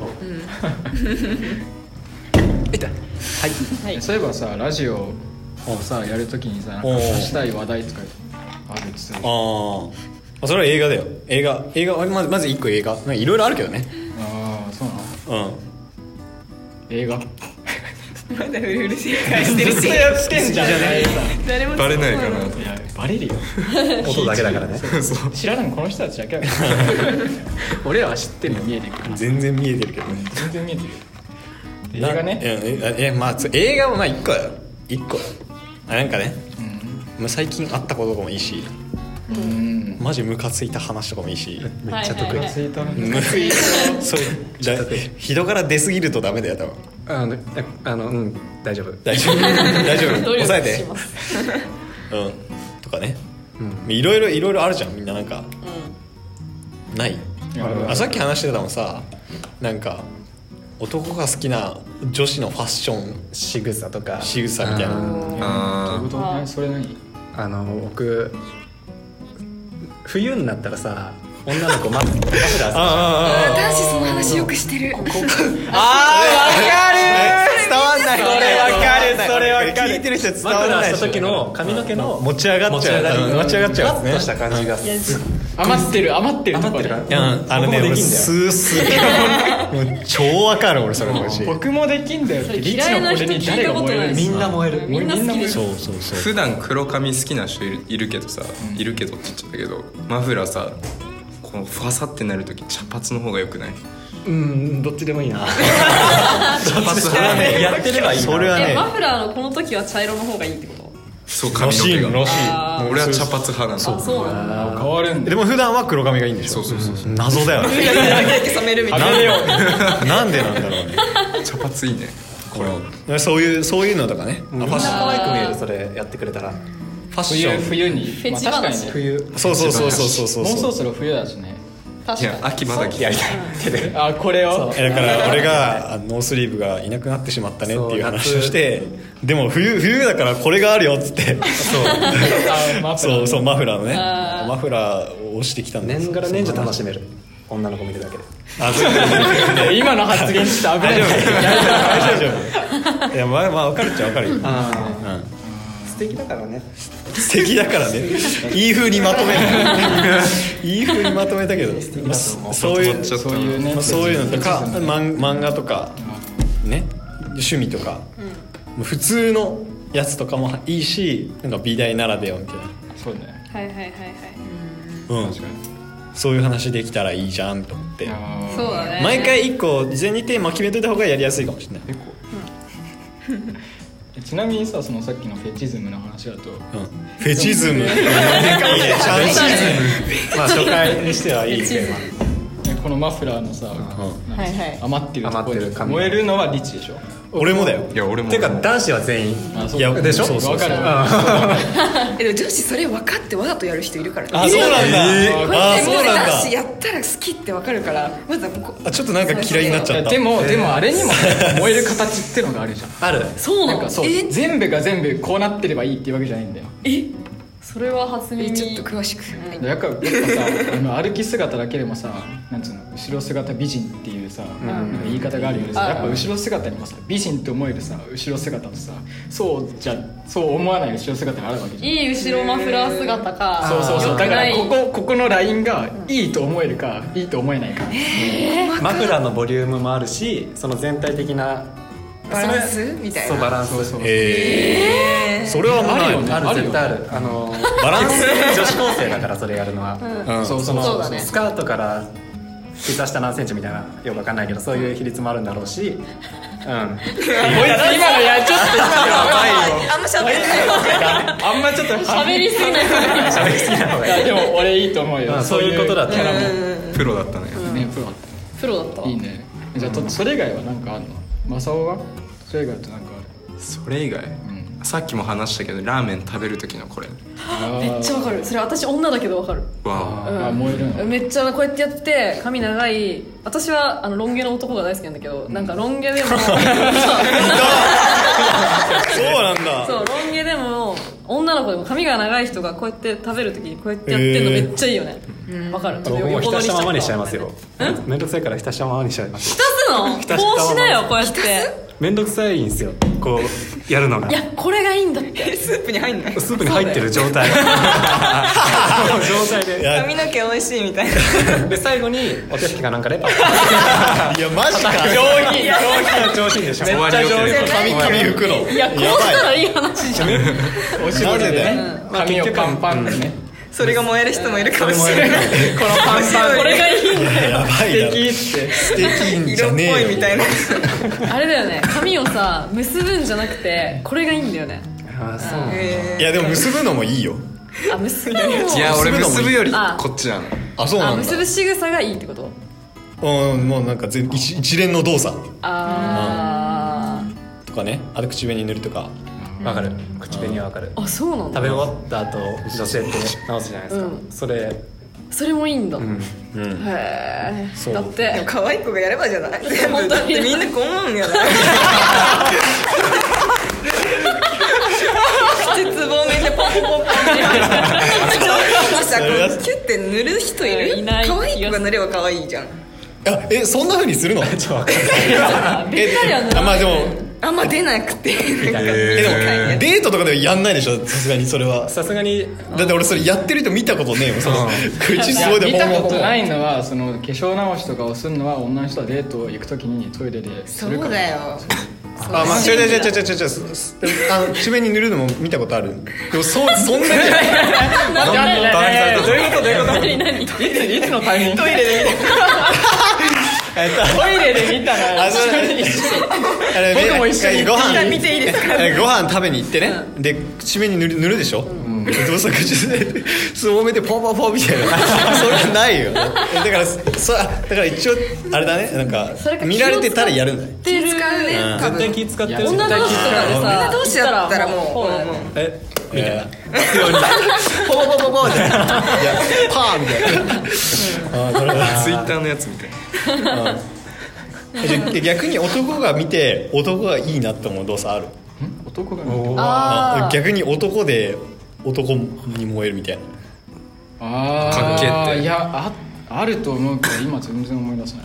はいそういえばさラジオをさやるときにさなんかおう話したい話題とかあるって言ってたじゃんそれは映画だよ。映画まず1個映画いろいろあるけどね。 ああそうなの映画まだフルフル正解してるしやってんじゃん誰もバレないかな。 いやバレるよ音だけだからね。 知らないのこの人たちだけだから俺らは知ってるの見えてるから全然見えてるけどね。 全然見えてるよ映画ねまあ映画はまあ1個だよ。1個なんかね、まあ最近あったこととかもいいし、マジムカついた話とかもいいし、 めっちゃ得意。 ツイートそう人から出すぎるとダメだよ多分。 大丈夫。 大丈夫努力抑えてしますとかね、いろいろあるじゃんみんななんか、ないさっき話してたのさ、なんか男が好きな女子のファッション仕草とか仕草みたいな。 どういうあこと何それ何僕冬になったらさ、女の子マフラーさ、 男子その話よくしてる伝わんない。それわかる。聞いてる人伝マフわんないし。 ラーした時の髪の毛の持ち上がっちゃう。持ち上がっちゃうね。 ふわっとした感じが余ってるとこでいや俺スーもう超わかる俺それマジ。 僕もできんだよってリッチの俺に誰が燃えるみんな燃える。 みんな好きでしょそう普段黒髪好きな人いるけどさ、いるけどって言っちゃったけど、マフラーさこのファサってなるとき茶髪の方がよくない？ どっちでもいいな。 茶髪派ね。 やってればいいな。 それはねマフラーのこの時は茶色の方がいいってこと？ そう髪の毛が。 あー俺は茶髪派なの。 そうなんだ。 変わるんだでも普段は黒髪がいいんでしょ。 そう謎だよね。 染めるみたいななんでなんだろうね。 茶髪いいね。これそういうのとかね。 みんな可愛く見える。それやってくれたら。 ファッション。 冬にフェチまあ確かに話ね冬。 そうもうそろそろ冬だしね確かにいや秋まだ来てる。 あこれをだから俺がノースリーブがいなくなってしまったねっていう話をして、でも冬だからこれがあるよっつってマフラーのねマフラーを押してきたんです。 年がら年中楽しめる。女の子見るだけで。 今の発言して危ない大丈夫。いやまあ分かるっちゃ分かるよ。 素敵だからね。 素敵だからね。いい風にまとめた。いい風にまとめたけど、そういうそういうねそういうのとか漫画とかね、趣味とか普通のやつとかもいいし、なんか美大ならではみたいな。 そうねはいはいはいはい。 確かにそういう話できたらいいじゃんと思って。 そうだね。 毎回一個事前にテーマ決めといた方がやりやすいかもしれない。 ちなみにさそのさっきのフェチズムの話だとフェチズム。いいね。チャンシズム。まあ初回にしてはいいテーマ。 このマフラーのさはいはい。 余ってるとこ余ってる髪燃えるのはリッチでしょ俺もだよ。 いや俺も。 てか男子は全員。 そういやでしょそう分かるでも女子それ分かってわざとやる人いるからねあ、そうなんだ。あ、 でもそうなん男子だ。 やったら好きって分かるからまずはここあ、ちょっとなんか嫌いになっちゃった。 でもあれにも燃える形ってのがあるじゃんある。 そうなのなんか？そう全部が全部こうなってればいいっていうわけじゃないんだよそれは初耳。 ちょっと詳しくやっぱさ歩き姿だけでもさなんつうの後ろ姿美人っていうさ、なんか言い方があるよねやっぱ後ろ姿にもさ美人って思えるさ後ろ姿とさそう思わない後ろ姿があるわけじゃんいい後ろマフラー姿か。 そうだから良くないここのラインがいいと思えるかいいと思えないかマフラーのボリュームもあるし、その全体的なバランスみたいなそうバランス。 そうそれはもうないよね。 ある絶対ある。 バランス。 女子高生だからそれやるのは。 そうそうだね。 スカートから膝下何センチみたいなよくわかんないけどそういう比率もあるんだろうし、 こいつ今のやちょっとあんましゃべってないあんまちょっと喋りすぎない。 喋りすぎな方がいい。 でも俺いいと思うよそういうことだったらプロだったね。 ねプロだっプロだったわ。 たいいねじゃあそれ以外は何かあるのマサオはそれ以外だと何かそれ以外、さっきも話したけどラーメン食べる時のこれめっちゃわかる。それ私女だけどわかる。 わあ燃えるのめっちゃこうやってやって髪長い。私はロン毛の男が大好きなんだけど、なんかロン毛でもそうなんだ。 そうロン毛でも女の子でも髪が長い人がこうやって食べるときにこうやってやってるのめっちゃいいよね。 わかる。 僕も浸したままにしちゃいますよ。めんどくさいから浸したままにしちゃいます。浸すの？ こうしなよこうやって。 めんどくさいんですよ、こうやるのが。 いやこれがいいんだって。 スープに入んない？ スープに入ってる状態。状態で髪の毛美味しいみたいな。 で最後にお手拭きかなんかでパッ。 いやマジか。 上品でしょ。 めっちゃ上品。 髪拭くの。 いやこうしたらいい話じゃん。 おしぼりでね、髪をパンパンでね。 それが燃える人もいるかもしれない。 このパンパンこれがいいんだよ。 やばいな。素敵じゃねえよ。 色っぽいみたいな。 あれだよね、髪をさ結ぶんじゃなくてこれがいいんだよね。 あそう。 いやでも結ぶのもいいよ。 あ結ぶのも。 いや俺結ぶよりこっちなの。 あそうなんだ。 結ぶ仕草がいいってこと？ もうなんか一連の動作。とかね、あと口紅塗るとか。 わかる。口紅はわかる。 あそうなんだ。 食べ終わった後女性って直すじゃないですか。それもいいんだ。へえ。 だってでも可愛い子がやればじゃない？全部だってみんなこう思うんやな。口つぼみでポンポンポンってさ、キュッて塗る人いる？ いない。 可愛い子が塗れば可愛いじゃん。 そんな風にするの？ べったりは塗らない。 まあでもあんま出なくて。 でもデートとかではやんないでしょ、さすがにそれは。 さすがに。 だって俺それやってる人見たことねえよ。その口すごいで見たことないのは、その化粧直しとかをするのは女の人はデート行くときにトイレでするから。 そうだよ。 まあ違う口紅塗るのも見たことある。でもそんなに。 どういうこといつのタイミング？トイレで見た。トイレで見たら。僕も一緒にご飯見ていいですか？ ご飯食べに行ってね。で口紅塗るでしょ。どうせ口ですぼめてポンポンポンみたいな。それはないよ。だから一応あれだね、なんか見られてたらやるんだよ。 気使うね。 絶対気使ってる。 女同士とかでさ、 女同士だったらもうみたいな。 ポポポポポじゃん。 いやパーみたいな。 ツイッターのやつみたいな。 逆に男が見て男がいいなって思う動作ある？ 男が逆に男で男に燃えるみたいな。 かっけって。 いやあると思うけど今全然思い出せない。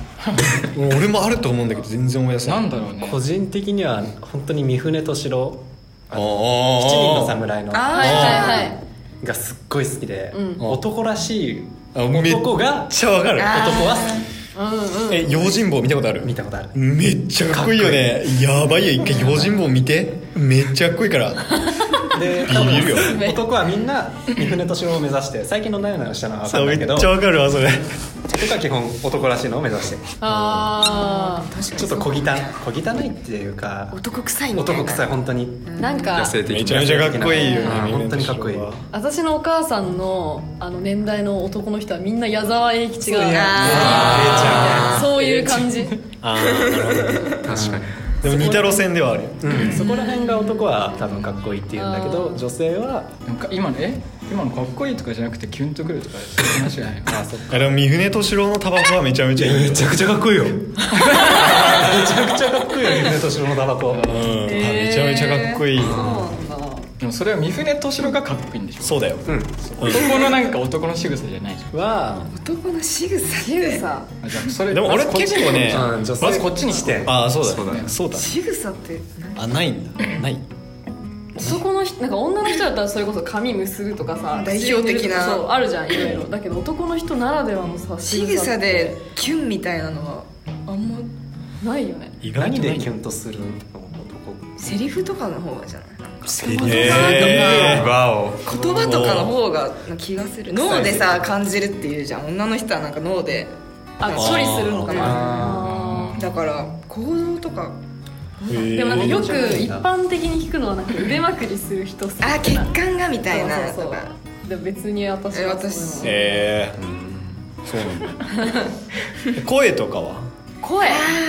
俺もあると思うんだけど全然思い出せない。 なんだろうね。 個人的には本当に三船敏郎、 七人の侍のがすっごい好きで、男らしい男がめっちゃわかる。 男は好き。用心棒見たことある？ 見たことある。 めっちゃかっこいいよね。やばいよ、一回用心棒見て。めっちゃかっこいいから。 でビビるよ。 男はみんな三船敏郎を目指して、最近のなよなよしたのは分かんないけど、 めっちゃわかるわそれ。 とか基本男らしいのを目指して、 確かにちょっと小汚いっていうか男臭いみたいな。 男臭い本当に。 なんか野生的な。 めちゃめちゃかっこいいよね。 本当にかっこいい。 私のお母さんの年代の男の人はみんな矢沢永吉がそういう感じ。 なるほど。確かに。でも似た路線ではあるよ。 そこら辺が男は多分かっこいいって言うんだけど、女性は今のかっこいいとかじゃなくてキュンとくるとかそういう話じゃないの？ そっか。でも三船敏郎のタバコはめちゃめちゃいい。 めちゃくちゃかっこいいよ。めちゃくちゃかっこいいよ三船敏郎のタバコ。 めちゃめちゃかっこいい。 でもそれは三船敏郎がかっこいいんでしょ？ そうだよ。 男のなんか男の仕草じゃないじゃん。 は男の仕草ってさ。 じゃあそれでも俺結構ね、 まずこっちにして。 そうだ。 仕草ってないんだ。ない。 男の人なんか女の人だったらそれこそ髪結ぶとかさ、 代表的なそうあるじゃんいろいろ。だけど男の人ならではのさ仕草でキュンみたいなのはあんまないよね。 何でキュンとするの？ セリフとかの方がじゃない？ 言言葉とかの方が気がする。脳でさ感じるっていうじゃん。女の人はなんか脳で処理するのかな。 だから行動とか。 でもなんかよく一般的に聞くのはなんか腕まくりする人好き。 血管がみたいな。 そうでも別に私はそうなんだ。声とかは？ 声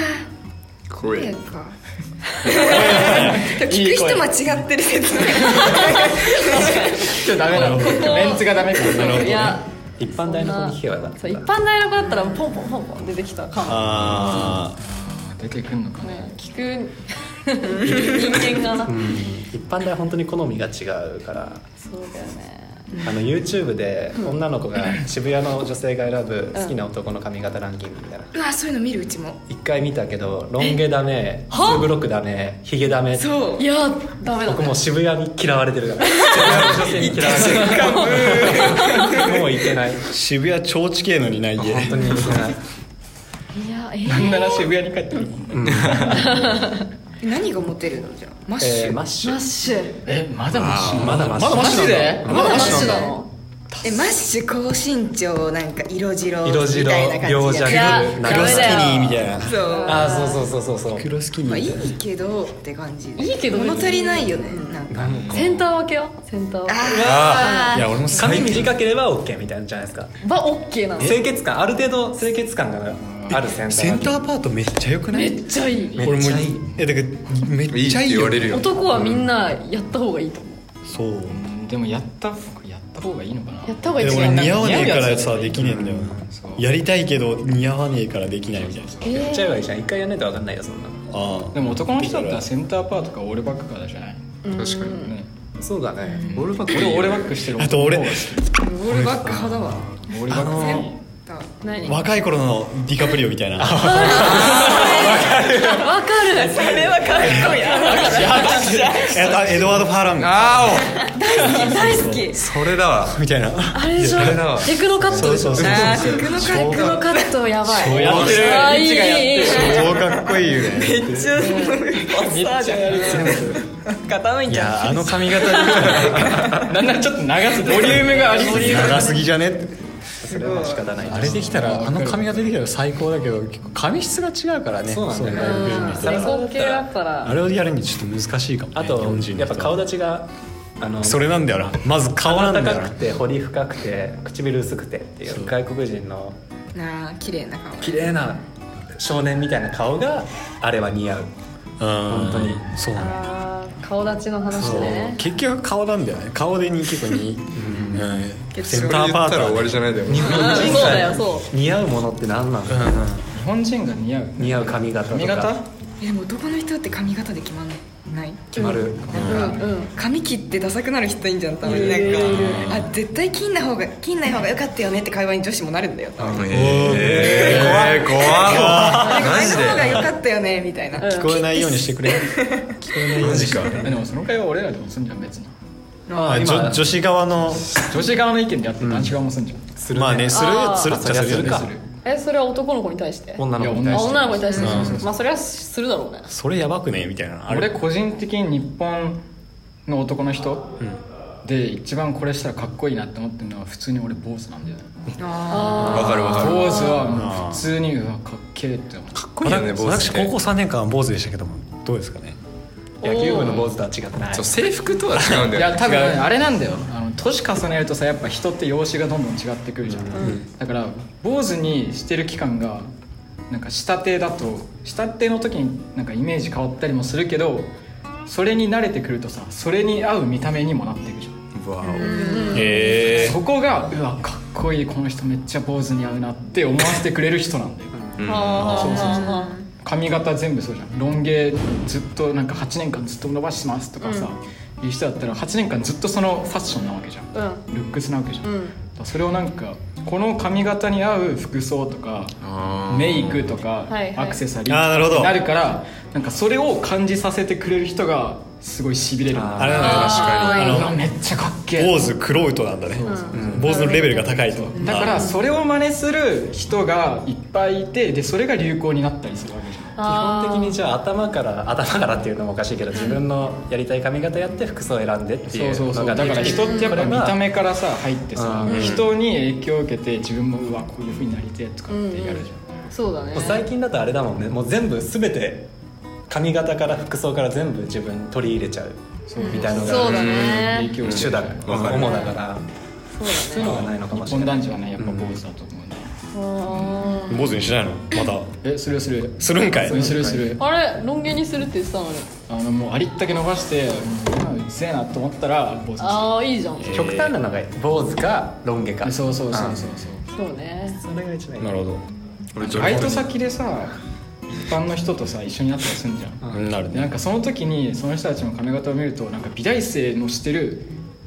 か。聞く人間違ってる説明。 今日ダメなの。メンツがダメか。 いや一般大の子に聞けばよかった。 一般大の子だったらポンポンポンポン出てきたかも。 出てくんのかね。 聞く人間がな。 一般大は本当に好みが違うから。 そうだよね。 YouTube で女の子が渋谷の女性が選ぶ好きな男の髪型ランキングみたいな、 うわそういうの見るうちも一回見たけどロン毛ダメ、ツーブロックダメ、ヒゲダメ。 そういやダメだね。 僕もう渋谷に嫌われてるから渋谷の女性に嫌われてるもういけない、 渋谷超地形のにない家本当にいけない。 いやなんなら渋谷に帰ってくる。 何がモテるのじゃあマッシュ、 マッシュマッシュまだマシまだマッシュまだマッシュでまだマッシュなの？ マッシュ高身長なんか色白色白みたいな感じ両じゃんいや弱クロスキニーみたいなそうあーそうクロスキニまあいーいけどって感じいいけど物足りないよねなんかセンター分けよセンター分けいや俺も髪短ければ OK みたいなんじゃないですか。 はオッケーなの。 清潔感ある程度清潔感があるセンターセンターパートめっちゃ良くない？ めっちゃいい。 めっちゃいい。 だからめっいいってちゃいいよ言われるよ。 男はみんなやった方がいいと思う。 そうでもやった方がいいのかな。 やった方がいいでと思う。 も俺似合わねえから似合うやつさできねえんだよそうやりたいけど似合わねえからできないみたいなやっちゃえばいいじゃん。一回やんないと分かんないよそんなの。 あでも男の人だったらセンターパートかオールバックかじゃない。 確かに。 ね、 そうだね。オールバック俺オールバックしてるあと俺男の方が好オールバック派だわきオールバックに何？ 若い頃のディカプリオみたいなわかる。それはかっこいい。 エドワード・ファーラン大好き。 それだわ。 みたいなあれでしょそれだわ。 テクノカットでしょ。 そうあーテクノカテクノカットやばい。 やってるあーいいいい。 超かっこいいよねめっちゃ傾いいちゃうやあの髪型なんならちょっと流すボリュームがありすぎる。 長すぎじゃねってそれは仕方ない。 あれできたらあの髪型できたら最高だけど結構髪質が違うからねそうなんだよね外国人の人理想系だったらあれをやるにちょっと難しいかもねあと日本人の人やっぱ顔立ちがそれなんだよなまず顔なんだよな高くて彫り深くて唇薄くてっていう外国人のなあ綺麗な顔綺麗な少年みたいな顔があれは似合う。 本当にそうなんだよあー顔立ちの話そうね。 結局顔なんだよね顔で結構にセンそれ言ったターパートら終わりじゃないだよ。 そうだよそう。 似合うものって何なの？ 日本人が似合う似合う髪型とか髪型。 でも男の人って髪型で決まんない決まる。 髪切ってダサくなる人いいんじゃんたまになんかあ絶対切んない方が良かったよねって会話に女子もなるんだよ怖っ。マジ前の方がで。 良かったよねみたいな聞こえないようにしてくれ聞こえないようにしてくれでもその会話俺らでもすんじゃん別に。 あ女子側の女子側の意見であって男子側もすんじゃん。 するね。 まあねするあーするっちゃするよねそりゃするかするそれは男の子に対して。 女の子に対して。 あ女の子に対して。まあそれはするだろうね。 それやばくねみたいな俺個人的に日本の男の人で一番これしたらかっこいいなって思ってるのは普通に俺坊主なんだよね。 わかるわかる。 坊主はもう普通にうわかっけえって思う。 かっこいいよね坊主って。 私高校3年間は坊主でしたけどもどうですかね野球部の坊主とは違ってない。 そう制服とは違うんだよ。 いや多分あれなんだよ年重ねるとさやっぱ人って容姿がどんどん違ってくるじゃん、だから坊主にしてる期間がなんか下手だと下手の時になんかイメージ変わったりもするけどそれに慣れてくるとさそれに合う見た目にもなっていくじゃん。 うわそこがうわかっこいいこの人めっちゃ坊主に合うなって思わせてくれる人なんだよ髪型全部そうじゃんロン毛ずっとなんか8年間ずっと伸ばしてますとかさ、いう人だったら8年間ずっとそのファッションなわけじゃん、ルックスなわけじゃん、だからそれをなんかこの髪型に合う服装とかメイクとかアクセサリーとかになるからなんかそれを感じさせてくれる人がすごいしびれる。 あれなんだよ確かにめっちゃかっけえ坊主クロウトなんだね坊主のレベルが高いとだからそれを真似する人がいっぱいいてでそれが流行になったりするわけじゃん。 基本的にじゃあ頭からっていうのもおかしいけど自分のやりたい髪型やって服装を選んでっていうそうのがだから人ってやっぱ見た目目からさ入ってさ人に影響を受けて自分もうわこういう風になりてえとかってやるじゃん、 そうだね。 最近だとあれだもんねもう全部全て髪型から服装から全部自分に取り入れちゃうみたいなのがそうだね。 影響を受け主だる主だからそうそういうのがないのかもしれない。 日本男児はねやっぱ坊主だと思うね、 坊主にしないのまたするするんかいするあれロン毛にするって言ってたのに。 もうありったけ伸ばして今うっせえなと思ったら坊主にする。 ああいいじゃん。 極端なのが坊主かロン毛かそうそうね。 それが一番いいなるほどバイト先でさ一般の人とさ一緒になったりするんじゃん、 なるねでなんかその時にその人たちの髪型を見るとなんか美大生のしてる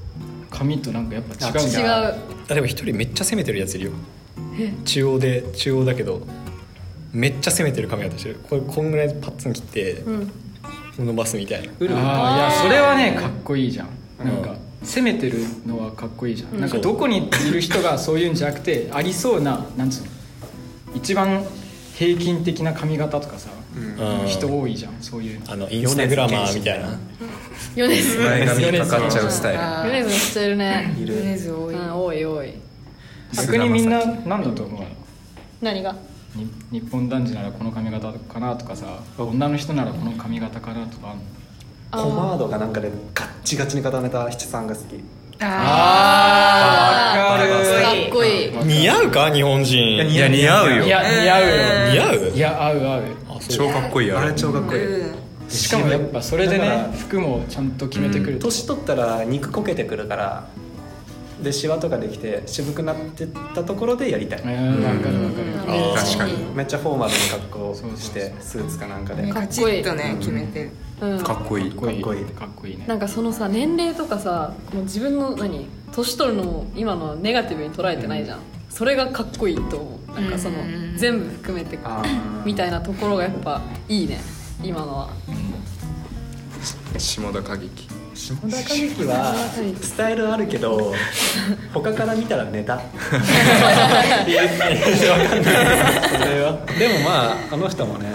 髪となんかやっぱ違うんだ。 違う。 あでも一人めっちゃ攻めてるやついるよ。中央だけどめっちゃ攻めてる髪型してる。こんぐらいパッツン切って伸ばすみたいな。 いやそれはねかっこいいじゃん。なんか攻めてるのはかっこいいじゃん。なんかどこにいる人がそういうんじゃなくてありそうな、なんつうの、一番平均的な髪型とかさ、人多いじゃんそういうの。 インスタグラマーみたいな。 米津前髪かかっちゃうスタイル。 米津の人いるね。 米津多い。 多い多い。 逆にみんな何だと思うの？ 何が？ 日本男児ならこの髪型かなとかさ、女の人ならこの髪型かなとかあるの？ ポマードかなんかでガッチガチに固めた七三が好き。 あーわかる。 かっこいい。 似合うか日本人。 いや似合うよ。 いや似合うよ。 似合う？ いや合う合う。 超かっこいいあれ超かっこいい。 しかもやっぱそれでだからね服もちゃんと決めてくると、 年取ったら肉こけてくるからでシワとかできて渋くなってったところでやりたい。 わかるわかる。 確かにめっちゃフォーマルな格好をしてスーツかなんかでカチッとね決めてる。 かっこいい。 かっこいいかっこいいかっこいいね。 なんかそのさ年齢とかさもう自分の年取るのも今のネガティブに捉えてないじゃん、それがかっこいいと思う。なんかその全部含めてみたいなところがやっぱいいね今のは。 下田歌劇。 下田歌劇はスタイルあるけど他から見たらネタわかんないそれは。でもまああの人もね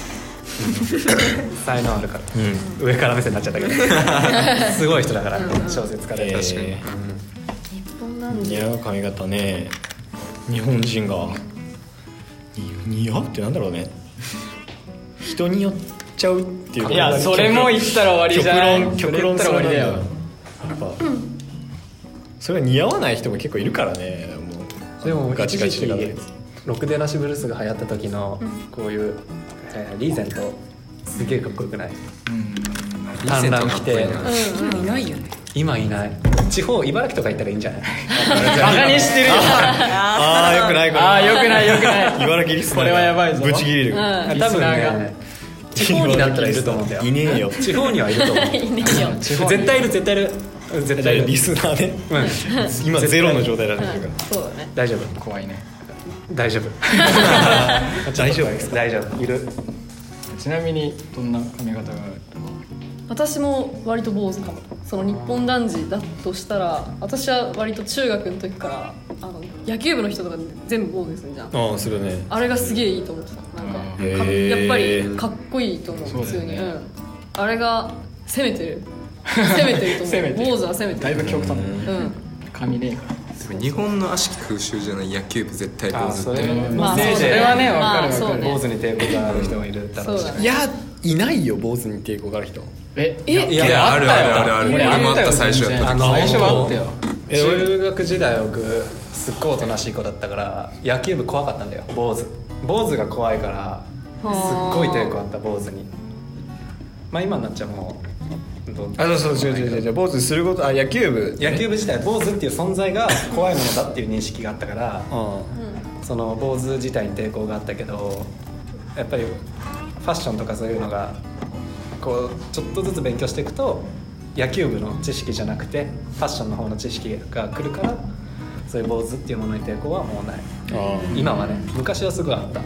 才能あるから、上から目線になっちゃったけどすごい人だから小説家で。 確かに。 日本なんで似合う髪型ね。日本人が似合うってなんだろうね。人によっちゃうっていうか。 いやそれも言ったら終わりじゃない。 極論それ言ったら終わりだよ。 やっぱそれが似合わない人も結構いるからね。もうでもガチガチで一時期ロクデナシブルースが流行った時のこういう、リーゼントすげえかっこよくない？短ラン着ていないよね。 今いない。地方茨城とか行ったらいいんじゃない？ バカにしてるよ。 ああよくないこれ。 ああよくないよくない。 茨城リスナーこれはやばいぞぶち切れる。 多分リスナーね地方になったらいると思うんだよ。 いねえよ。 地方にはいると思う。 いいねよ。 絶対いる絶対いる絶対いる。 リスナーね。今ゼロの状態だったから。 そうだね。 大丈夫怖いね。 大丈夫大丈夫です。 大丈夫いる。 ちなみにどんな髪型がある？ 私も割と坊主かも。その日本男児だとしたら私は割と中学の時から野球部の人とか全部坊主するじゃん。 ああするね。 あれがすげえいいと思ってた。なんかへーやっぱりかっこいいと思うそうだよね普通に、あれが攻めてる攻めてると思う。 攻めてる坊主は攻めてだいる。 ぶ極端だね。 うん髪ねえから。 でも日本の悪しき風習じゃない野球部絶対坊主って。 まあせいぜいそれはねわかるわかる坊主に抵抗がある人もいるだろうしそうだねいやいないよ坊主に抵抗がある人。 いやいやあるあるあるある。俺もあった最初やった時。 最初はあったよ。 中学時代僕すっごいおとなしい子だったから野球部怖かったんだよ。坊主が怖いからすっごい抵抗あった坊主に。まあ今になっちゃもうあそう違う坊主すること野球部自体坊主っていう存在が怖いものだっていう認識があったからその坊主自体に抵抗があったけどやっぱりファッションとかそういうのがこうちょっとずつ勉強していくと野球部の知識じゃなくてファッションの方の知識が来るからそういう坊主っていうものに抵抗はもうない。今はね昔はすごいあった。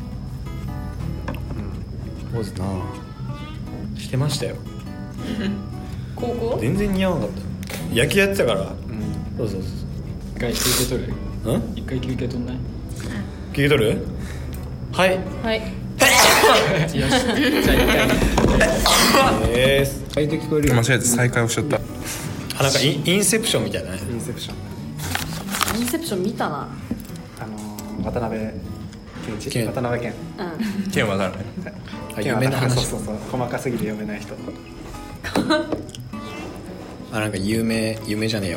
坊主なしてましたよ。 高校全然似合わなかった。野球やってたから。そう一回休憩取る？一回休憩取んない？ 休憩取る？はいはいよしじゃあ一回ですはいで聞こえるよ。 間違えて再開をしちゃった。 なんかインセプションみたいなね。 インセプションインセプション見たな。 渡辺健健渡辺健剣わからない。 夢の話。 そう細かすぎて読めない人。 なんか夢じゃねえよ。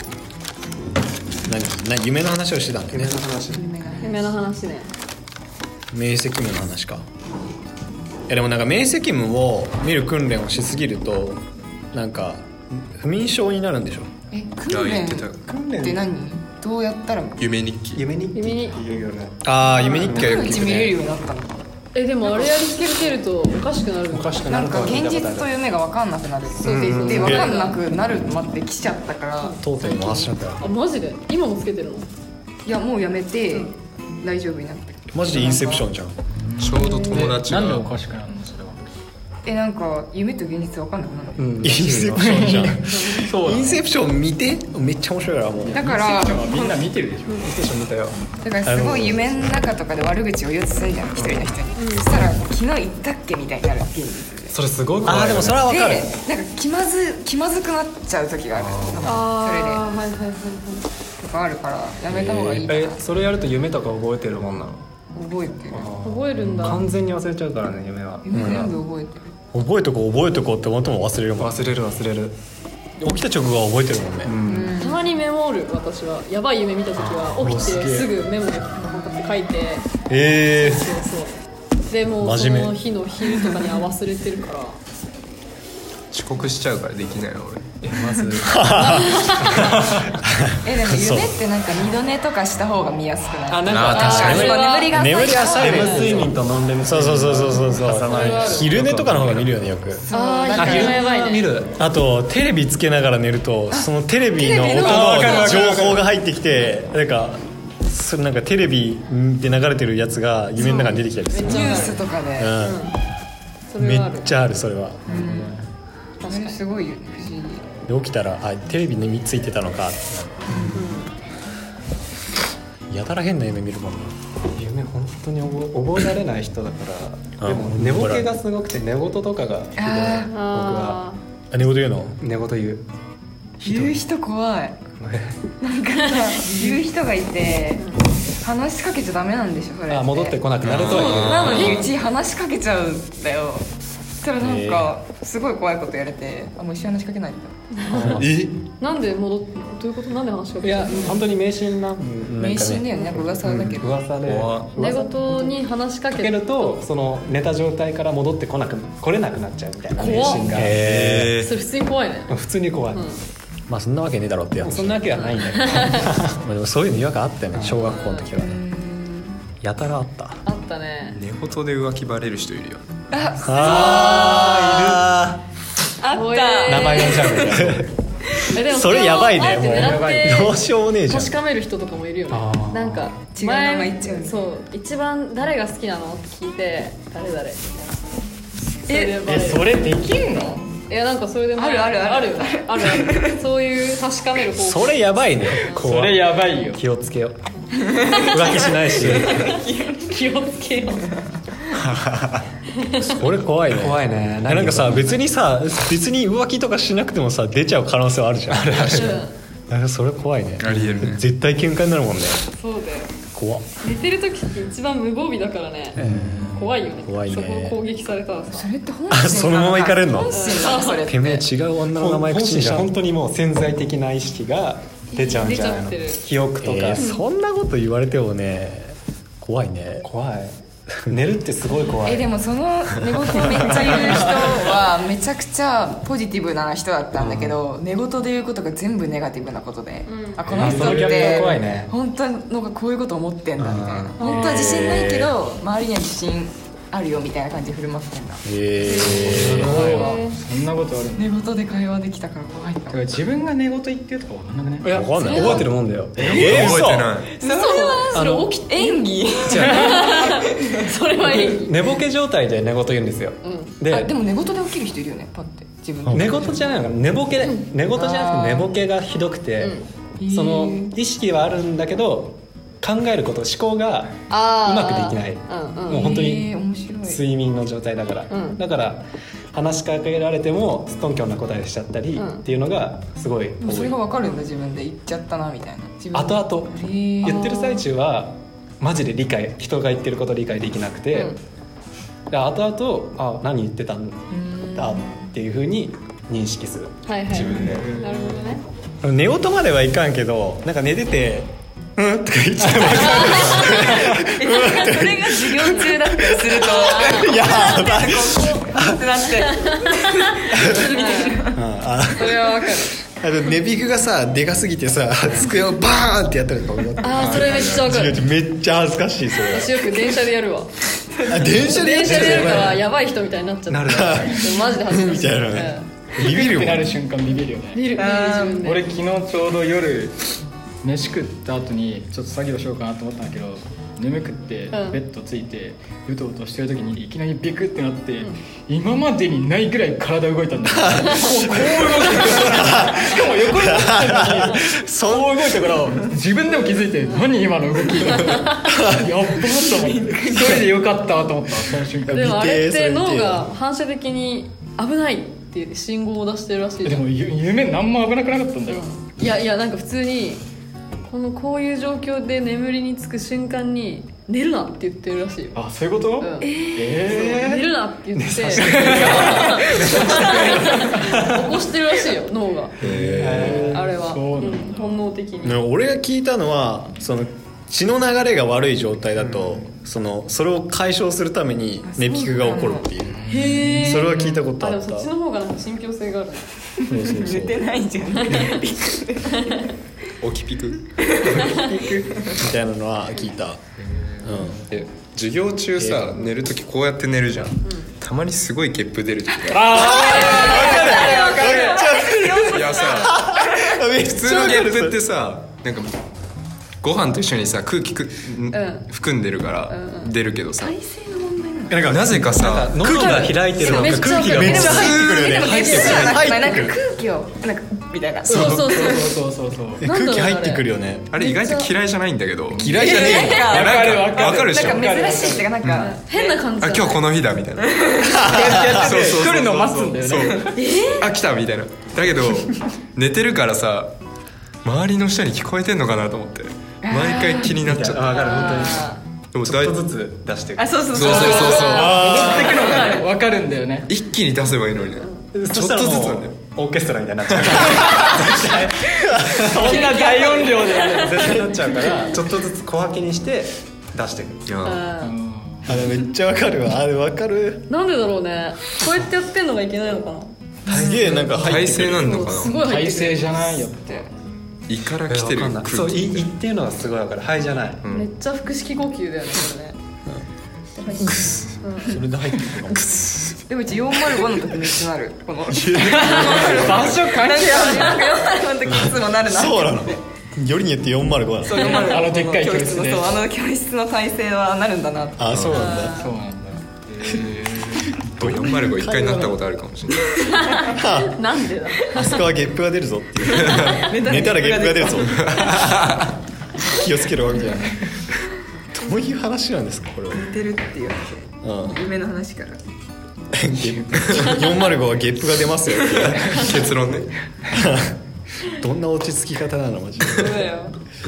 夢の話をしてたんだよね。 夢の話ね。 明晰夢の話か。いやでもなんか明晰夢を見る訓練をしすぎるとなんか不眠症になるんでしょ。 訓練言ってたって何？どうやったら夢日記。 夢日記夢に言うよね。 ああ夢日記はよく聞く毎日見れるようね。 になったの？ でもあれやりつけるけるとおかしくなるの。 おかしくななんかるとは聞い現たことある。 実と夢が分かんなくなるそうそうそうで分かんなくなるまで来ちゃったから当店回しなきゃあマジで今もつけてるの？ いやもうやめて大丈夫になってるマジでインセプションじゃん。 ちょうど友達がなんでおかしくなるのそれは。 なんか夢と現実分かんなくなるインセプションじゃん。 そうインセプション見てめっちゃ面白いからもう。 だからみんな見てるでしょ。 ステーション見たよ。 だからすごい夢の中とかで悪口を言おうとするじゃん一人の人に、そしたら昨日言ったっけみたいになる現実でそれすごい怖いよね。 あーでもそれはわかる。 でなんか気まずくなっちゃう時があるそれではいはいはいはい。 とかあるからやめた方がいいかな、 それやると夢とか覚えてるもんなの？ 覚えてる覚えるんだ。 完全に忘れちゃうからね夢は。 夢全部覚えてる覚えとこうって思っても忘れるもん。 忘れる。 起きた直後は覚えてるもんね。 たまにメモる私は。やばい夢見た時は起きてすぐメモでパパパって書いて。そうそう。でもうそ真面目の日の昼とかには忘れてるから。 遅刻しちゃうからできないよ俺。 まずでも夢ってなんか二度寝とかした方が見やすくないなんあー確かにそう眠りが浅い眠り浅いレム睡眠とノンレムそう睡眠そう重なる昼寝とかの方が見るよねよく。 ああ、昼寝やばいね。 見る。 あとテレビつけながら寝るとそのテレビの音のあーわかる情報が入ってきてなんかそれなんかテレビで流れてるやつが夢の中に出てきたりする。 ニュースとかでめっそれはある。 ちゃあるそれは。 それすごいよね不思議で起きたらあテレビについてたのかってなる。やたら変な夢見るもんね。 夢本当に覚えられない人だから。 あでも寝ぼけがすごくて寝言とかがひどい。僕はあ寝言言うの？ 寝言言う。 言う人怖いなんか言う人がいて話しかけちゃダメなんでしょそれって戻ってこなくなるとは言う。 なのにうち話しかけちゃうんだよそしたらなんかすごい怖いことやれてもう一緒に話しかけないんだなんで戻っどういうこと？なんで話しかけいや本当に迷信なんかね。 迷信だよねなんか噂だけど、 噂で寝言に話しかけてかけるとその寝た状態から戻って来れなくなっちゃうみたいな迷信が。 それ普通に怖いね。 普通に怖い。 まあそんなわけねえだろってやつ。 そんなわけはないんだけど。 まあでもそういうの違和感あったよね小学校の時はね。やたらあった。 あったね。 寝言で浮気バレる人いるよ。 ああった。 名前呼んじゃうみたいな。 でもそれやばいねあえて狙ってどうしようもねえじゃん。 確かめる人とかもいるよね。なんか違う名前言っちゃうそう一番誰が好きなのって聞いて誰みたいな。 それできんの？ いやなんかそれでもあるあるよねあるそういう確かめる方法。 それやばいね。 それやばいよ。 気をつけよう。浮気しないし。 気をつけよう。 それ怖いね。 怖いね。 なんかさ別に浮気とかしなくてもさ出ちゃう可能性はあるじゃん。なんかそれ怖いね。 ありえるね。 絶対喧嘩になるもんね。 そうだよ。 怖っ。 寝てる時って一番無防備だからね。怖いよね。 怖いねそこを攻撃されたらさ。 それって本あそのまま行かれんの？ 本心なのそれっててめえ違う女の名前口にした本当にもう潜在的な意識が出ちゃうんじゃないの？ 出ちゃってる記憶とか。 そんなこと言われてもね怖いね。 怖い。寝るってすごい怖い。 でもその寝言をめっちゃ言う人はめちゃくちゃポジティブな人だったんだけど、寝言で言うことが全部ネガティブなことで、あこの人っそのギャップがて怖いね。 本当のがこういうこと思ってんだみたいな、本当は自信ないけど周りには自信あるよみたいな感じで振る舞ってんだ。 そんなことあるの？ 寝言で会話できたから怖いな。 だから自分が寝言言ってるとかわかんなくない？ いやわかんない覚えてるもんだよ。 覚えてない。 それ起きて演技それはいい。 寝ぼけ状態で寝言言うんですよ。ででも寝言で起きる人いるよねパッて自分で。 寝言じゃないのか寝ぼけで寝言じゃなくて寝ぼけがひどくて、その意識はあるんだけど考えること思考がうまくできない。もう本当に面白い。 睡眠の状態だから、だから話しかけられてもすっとんきょんな答えしちゃったりっていうのがすごいでもそれが多い。 分かるんだ自分で言っちゃったなみたいな。自分で後々言ってる最中はマジで人が言ってること理解できなくて、で後々何言ってたんだっていうふうに認識する。 はいはい。 自分でなるほどね。 寝言まではいかんけどなんか寝ててうんとか言っちゃう。 それが授業中だったりするとやばい。 ってなってそれは分かる。 あと寝ビグがさでかすぎてさ机をバーンってやったりとか。 ああそれめっちゃわかる。 めっちゃ恥ずかしいそれ。 私よく電車でやるわ。 電車で電車でやるからやばい人みたいになっちゃってマジで恥ずかしいみたいなねビビるもんってなる瞬間ビビるよね。 ビビる自分で。 俺昨日ちょうど夜飯食った後にちょっと作業しようかなと思ったんだけど、眠くってベッドついてうとうとしてる時にいきなりビクってなって、今までにないぐらい体動いたんだよ。こう動いてしかも横になってるのにそう動いたから自分でも気づいて、何今の動きやっばーと思って一人でよかったと思ったその瞬間。 でもあれって脳が反射的に危ないって言って信号を出してるらしい。 でも夢何も危なくなかったんだよ。 いやなんか普通にこういう状況で眠りにつく瞬間に寝るなって言ってるらしいよ。 あ、そういうこと？ 寝るなって言って起こしてるらしいよ脳が。あれは、本能的に。 俺が聞いたのはその血の流れが悪い状態だと、それを解消するために寝ピクが起こるっていう。 へー、 それは聞いたことあった。 でもそっちの方がなんか信憑性がある。 寝てないじゃん。 オキピクみたいなのは聞いた。 授業中さ、寝るときこうやって寝るじゃん、たまにすごいゲップ出る時ああ、わかる。 いやさ、普通のゲップってさ、なんかご飯と一緒にさ空気含んでるから出るけどさ、 体勢の問題なの。 なぜかさ喉が開いてるのか空気がめっちゃ入ってくるよね。入ってくる。 なんか空気をなんかみたいな。 そうそう空気入ってくるよね。 あれ意外と嫌いじゃないんだけど。 嫌いじゃねえよ。 わかるでしょ。 なんか珍しいってかなんか変な感じ。 あ、今日この日だみたいな。 そう来るの待つんだよね。 そう。あ、来たみたいな。だけど寝てるからさ、周りの人に聞こえてんのかなと思って毎回気になっちゃった。 わかる、本当に。 でもちょっとずつ出していく。 あ、そうそうわかるんだよね。 一気に出せばいいのにね。ちょっとずつなんだよ。 オーケストラみたいになっちゃうそんな大音量でやる絶対なっちゃうからちょっとずつ小分けにして出していく。 あれめっちゃわかるわ。あれわかる。 なんでだろうね。こうやってやってんのがいけないのかな。 すげえなんか体勢なんのかすな。 体ごい入って勢じゃないよって。 胃から来てる空気。 そう、胃っていうのはすごいわかる。肺じゃない。 めっちゃ腹式呼吸だよねこれね。 それで入ってくるかも。 でもうち405の時めっちゃなる。この場所関係なんか405の時いつもなるな。 そうなの。よりによって405なの。 そう405 あのでっかい教室で。 そう、あの教室の体勢はなるんだなって。 あ、そうなんだ。 そうなんだ。 405一回なったことあるかもしれない。 なんでだ。 あそこはゲップが出るぞっていう。寝たらゲップが出るぞ。気をつけろみたいな。どういう話なんですかこれは。 寝てるっていう話。夢の話から。 405はゲップが出ますよっていう結論ね。 どんな落ち着き方なのマジで。 そうだよ。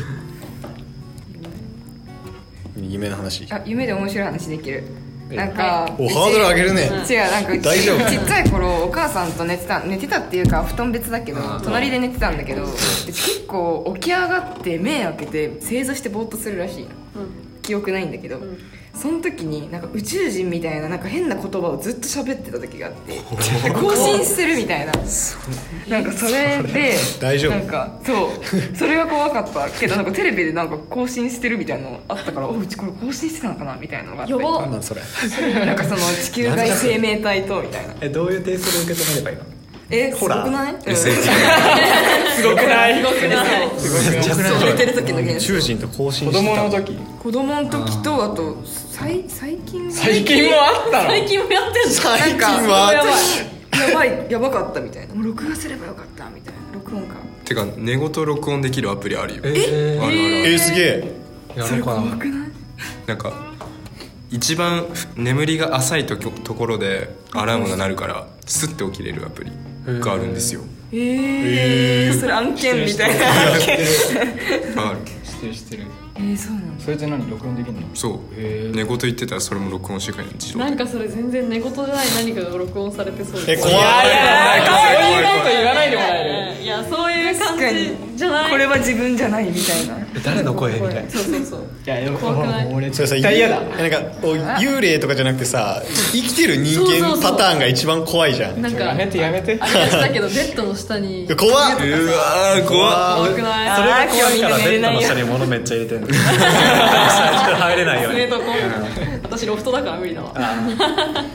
夢の話。 あ、夢で面白い話できる。なんかおハードル上げるね。 違う、なんか大丈夫ちっちゃい頃お母さんと寝てたっていうか布団別だけど隣で寝てたんだけど、結構起き上がって目開けて正座してぼーっとするらしい。記憶ないんだけど、その時になんか宇宙人みたいななんか変な言葉をずっと喋ってた時があって、更新してるみたいな。なんかそれで大丈夫。 なんかそうそれが怖かったけど、なんかテレビでなんか更新してるみたいなのあったから、うちこれ更新してたのかなみたいなのがあって、 やば。 なんそれ。 なんかその地球外生命体とみたいな。 どういうテイストで受け止めればいいの？ すごくない？ SH すごくない？ すごくない。 寝てる時の宇現象。 宙人と交信子してた。 供の時。 子供の時とあと最近最近もあったの？ 最近もやってんの？ 最近なんかはやばかったみたいな。もう録画すればよかったみたいな。録音か。 てか寝言録音できるアプリあるよ。あるある。 すげえ。 それ怖くない？ なんか一番眠りが浅いところでアラームが鳴るからスッて起きれるアプリがあるんですよ。 それ案件みたいな。 ある。 知ってる。 そうなの。 それって何録音できるの？ そう。寝言言ってたらそれも録音してくれる自動で。 なんかそれ全然寝言じゃない何かが録音されてそうです。 怖い。 そういうこと言わないでもらえる。 いやそういう感じじゃない。 これは自分じゃないみたいな。 誰の声みたいな。 そうそうそう。 いや怖くない？ 俺それさ絶対嫌だ。 なんか幽霊とかじゃなくてさ、生きてる人間パターンが一番怖いじゃん。 なんかやめてやめて。 あれがしたけどベッドの下に怖っ。 うわー怖っ。 怖くない？ それが怖いからベッドの下に物めっちゃ入れてるの。入れないように。 冷凍庫私ロフトだから無理だわ。 なんか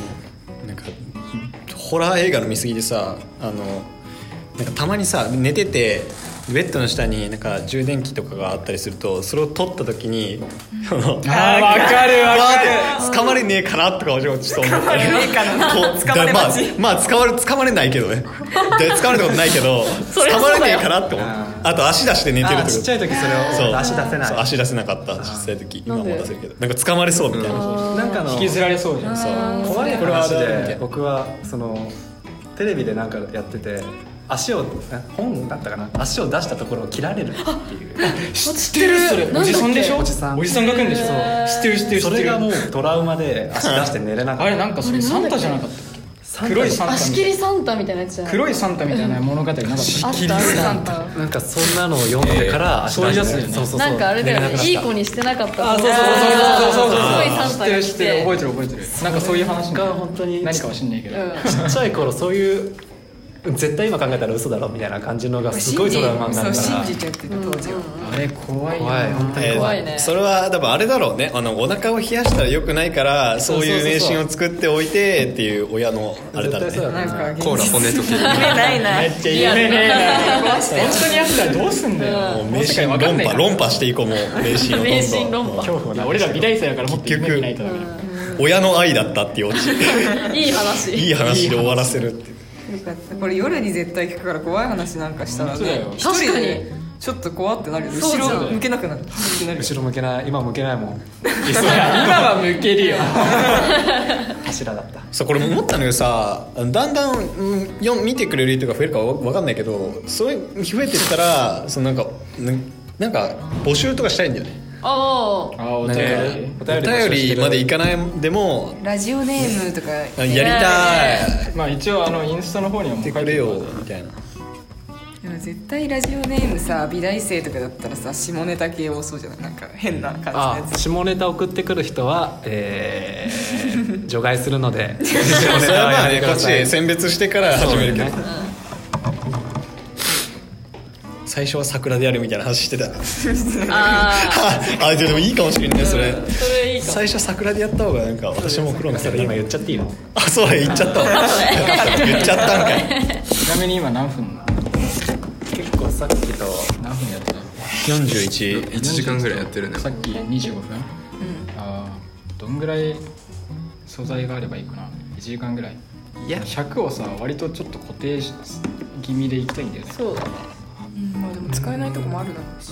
ホラー映画の見過ぎでさ、なんかたまにさ寝ててベッドの下になんか充電器とかがあったりすると、それを取った時にあーわかるわかる、 捕まれねえかなとかちょっと思ったり捕まれ待ちまあ捕まれないけどねで捕まれたことないけど捕まれねえかなって思う。あと足出して寝てるとかちっちゃい時それを足出せない。 そう足出せなかった小さい時。今も出せるけどなんか捕まれそうみたいな。 なんか引きずられそうじゃん。 そう怖いこれは話あるみたいなで僕はそのテレビでなんかやってて足を本だったかな、足を出したところを切られるっていう知ってるそれ。おじさんでしょ。 おじさんおじさんが来るんでしょ。知ってる知ってる知ってる。 それがもうトラウマで足出して寝れなかった。 あれなんかそれサンタじゃなかったっけ。黒いサンタ足切りサンタみたいなやつじゃない。 黒いサンタみたいな物語なかったっけ。 あったサンタ。 なんかそんなのを読んでから足出してそういうやつだよねそうそうそうなんかあれだよね、 寝れなくなったいい子にしてなかった。 あ、そうそうそうそうそうそう。 黒いサンタが来知ってるて。 覚えてる覚えてる。なんかそういう話が本当に何かは知んないけど。 ちっちゃい頃そういう絶対今考えたら嘘だろみたいな感じのがすごいトラウマになるからそう信じちゃってた当時は、 あれ怖いよ。 怖い本当に怖いね。 それは多分あれだろうね、お腹を冷やしたら良くないからそういう迷信を作っておいてっていう親のあれだろうね。 絶対そうだなんかコーラ骨とけ夢ないなめっちゃ夢ねえな。本当にやったらどうすんだよ。 もう迷信論破していこう。もう迷信をどんどん迷信論破。 恐怖。俺ら美大生だからもっと夢見ないとダメ。 親の愛だったっていうオチいい話。 いい話で終わらせるっていう。 よかったこれ夜に絶対聞くから怖い話なんかしたら本当だよね一人確かでちょっと怖ってなるよそうじゃん後ろ向けなくなるってなるよ後ろ向けない今向けないもん今は向けるよ。 柱だった。 そうこれ思ったのよさ、だんだん、見てくれる人が増えるか分かんないけど、それ増えてったらそのなんか募集とかしたいんだよね。 ああ。 あ、おなんか便り。 お便りまでいかないでもラジオネームとかやりたいまあ一応インスタの方にはもう言ってくれよみたいな。 でも絶対ラジオネームさ美大生とかだったらさ下ネタ系多そうじゃないなんか変な感じのあやつ下ネタ送ってくる人は、除外するのでそれはまあねこっちで選別してから始めるけど、最初は桜でやるみたいな話してた。あでもいいかもしれないねそれ。 それいいかも。 最初桜でやった方がなんか私もプロのそれ今言っちゃっていいの？ あそうだ言っちゃったわ言っちゃったんかい。 ちなみに今何分結構さっきと何分やってた。 41 1時間ぐらいやってるねさっき25分。ああどんぐらい素材があればいいかな。1時間ぐらい。 いや尺をさ割とちょっと固定気味でいきたいんだよね。 そうだね。 まあでも使えないとこもあるだろうし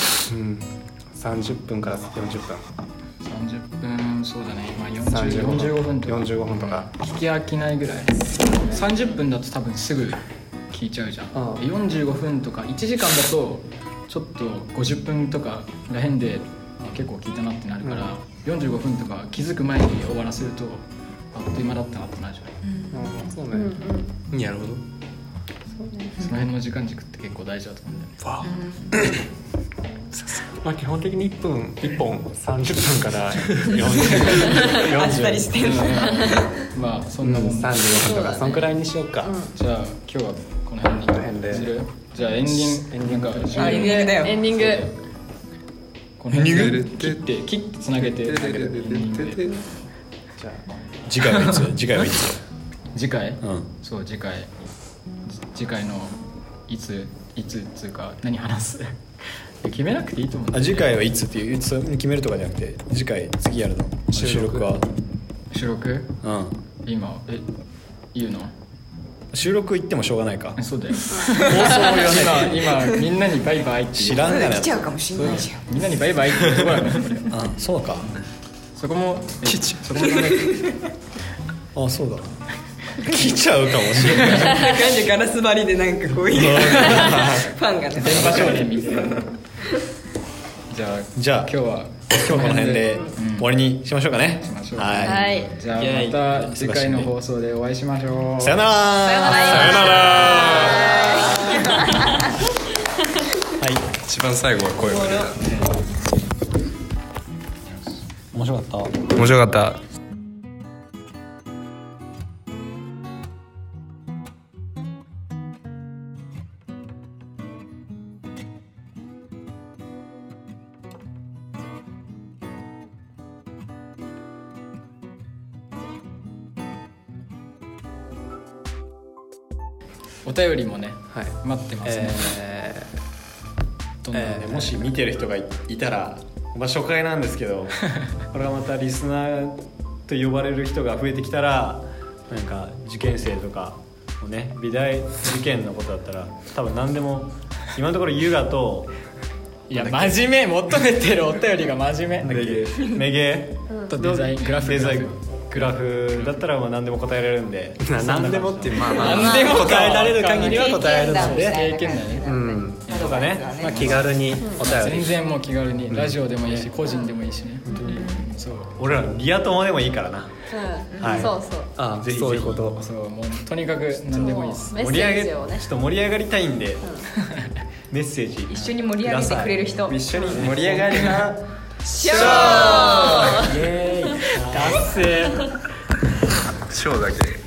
30分から40分 30分そうだね。まあ 35 45分とか 45分とか聞き飽きないぐらい。30分だと多分すぐ聞いちゃうじゃん。45分とか1時間だとちょっと50分とからへんで結構聞いたなってなるから、45分とか気づく前に終わらせるとあっという間だったなってなるじゃん。 そうね、 なるほどその辺の時間軸って結構大事だと思うんだよね。 まあ、基本的に1本30分から40 あったりしてんのまあそんなもん。 35分とかそんくらいにしようか、 じゃあ今日はこの辺にこの辺でする。じゃあエンディングなんかあエンディングだよエンディング。 この辺で切ってつなげてエンディングで。 じゃあ次回はいつ次回はいつ次回、 うんそう次回のいつつうか何話す決めなくていいと思う。 次回はいつっていうそれ決めるとかじゃなくて次やるの収録は収録うん今言うの収録行ってもしょうがないかそうだよ。 放送を言わない今みんなにバイバイって知らんがな来ちゃうかもしんないじゃんみんなにバイバイって言うところだからこれあそうかそこもそこも考えてあそうだ来ちゃうかもしれないなんかガラス張りでなんかこういうファンがね電波少年みたいな。じゃあ今日はこの辺で終わりにしましょうかね。 しましょう。 はいはい。 じゃあまた次回の放送でお会いしましょう。 さよならさよならはい一番最後は声をかけた面白かった面白かったお便りもねはい待ってますね、どんどんねもし見てる人がいたら、まあ、初回なんですけどこれがまたリスナーと呼ばれる人が増えてきたら、なんか受験生とかもね、美大受験のことだったら多分何でも、今のところユガといや真面目求めてるお便りが真面目メゲとデザイングラフデザイングラフだったらまあ何でも答えられるんで、 何でもってまあ何でも答えられる限りは答えるので、 経験だね、 うんとかね、 まあ、気軽にお便り、 全然もう気軽にラジオでもいいし、個人でもいいしね、本当にそう俺らリア友でもいいからな、はいそうそうあぜひぜひそういうこと、 そうもうとにかく何でもいいですメッセージをねちょっと盛り上がりたいんで、メッセージ一緒に盛り上げてくれる人一緒に盛り上がりましょイエーイ達成ショーだけ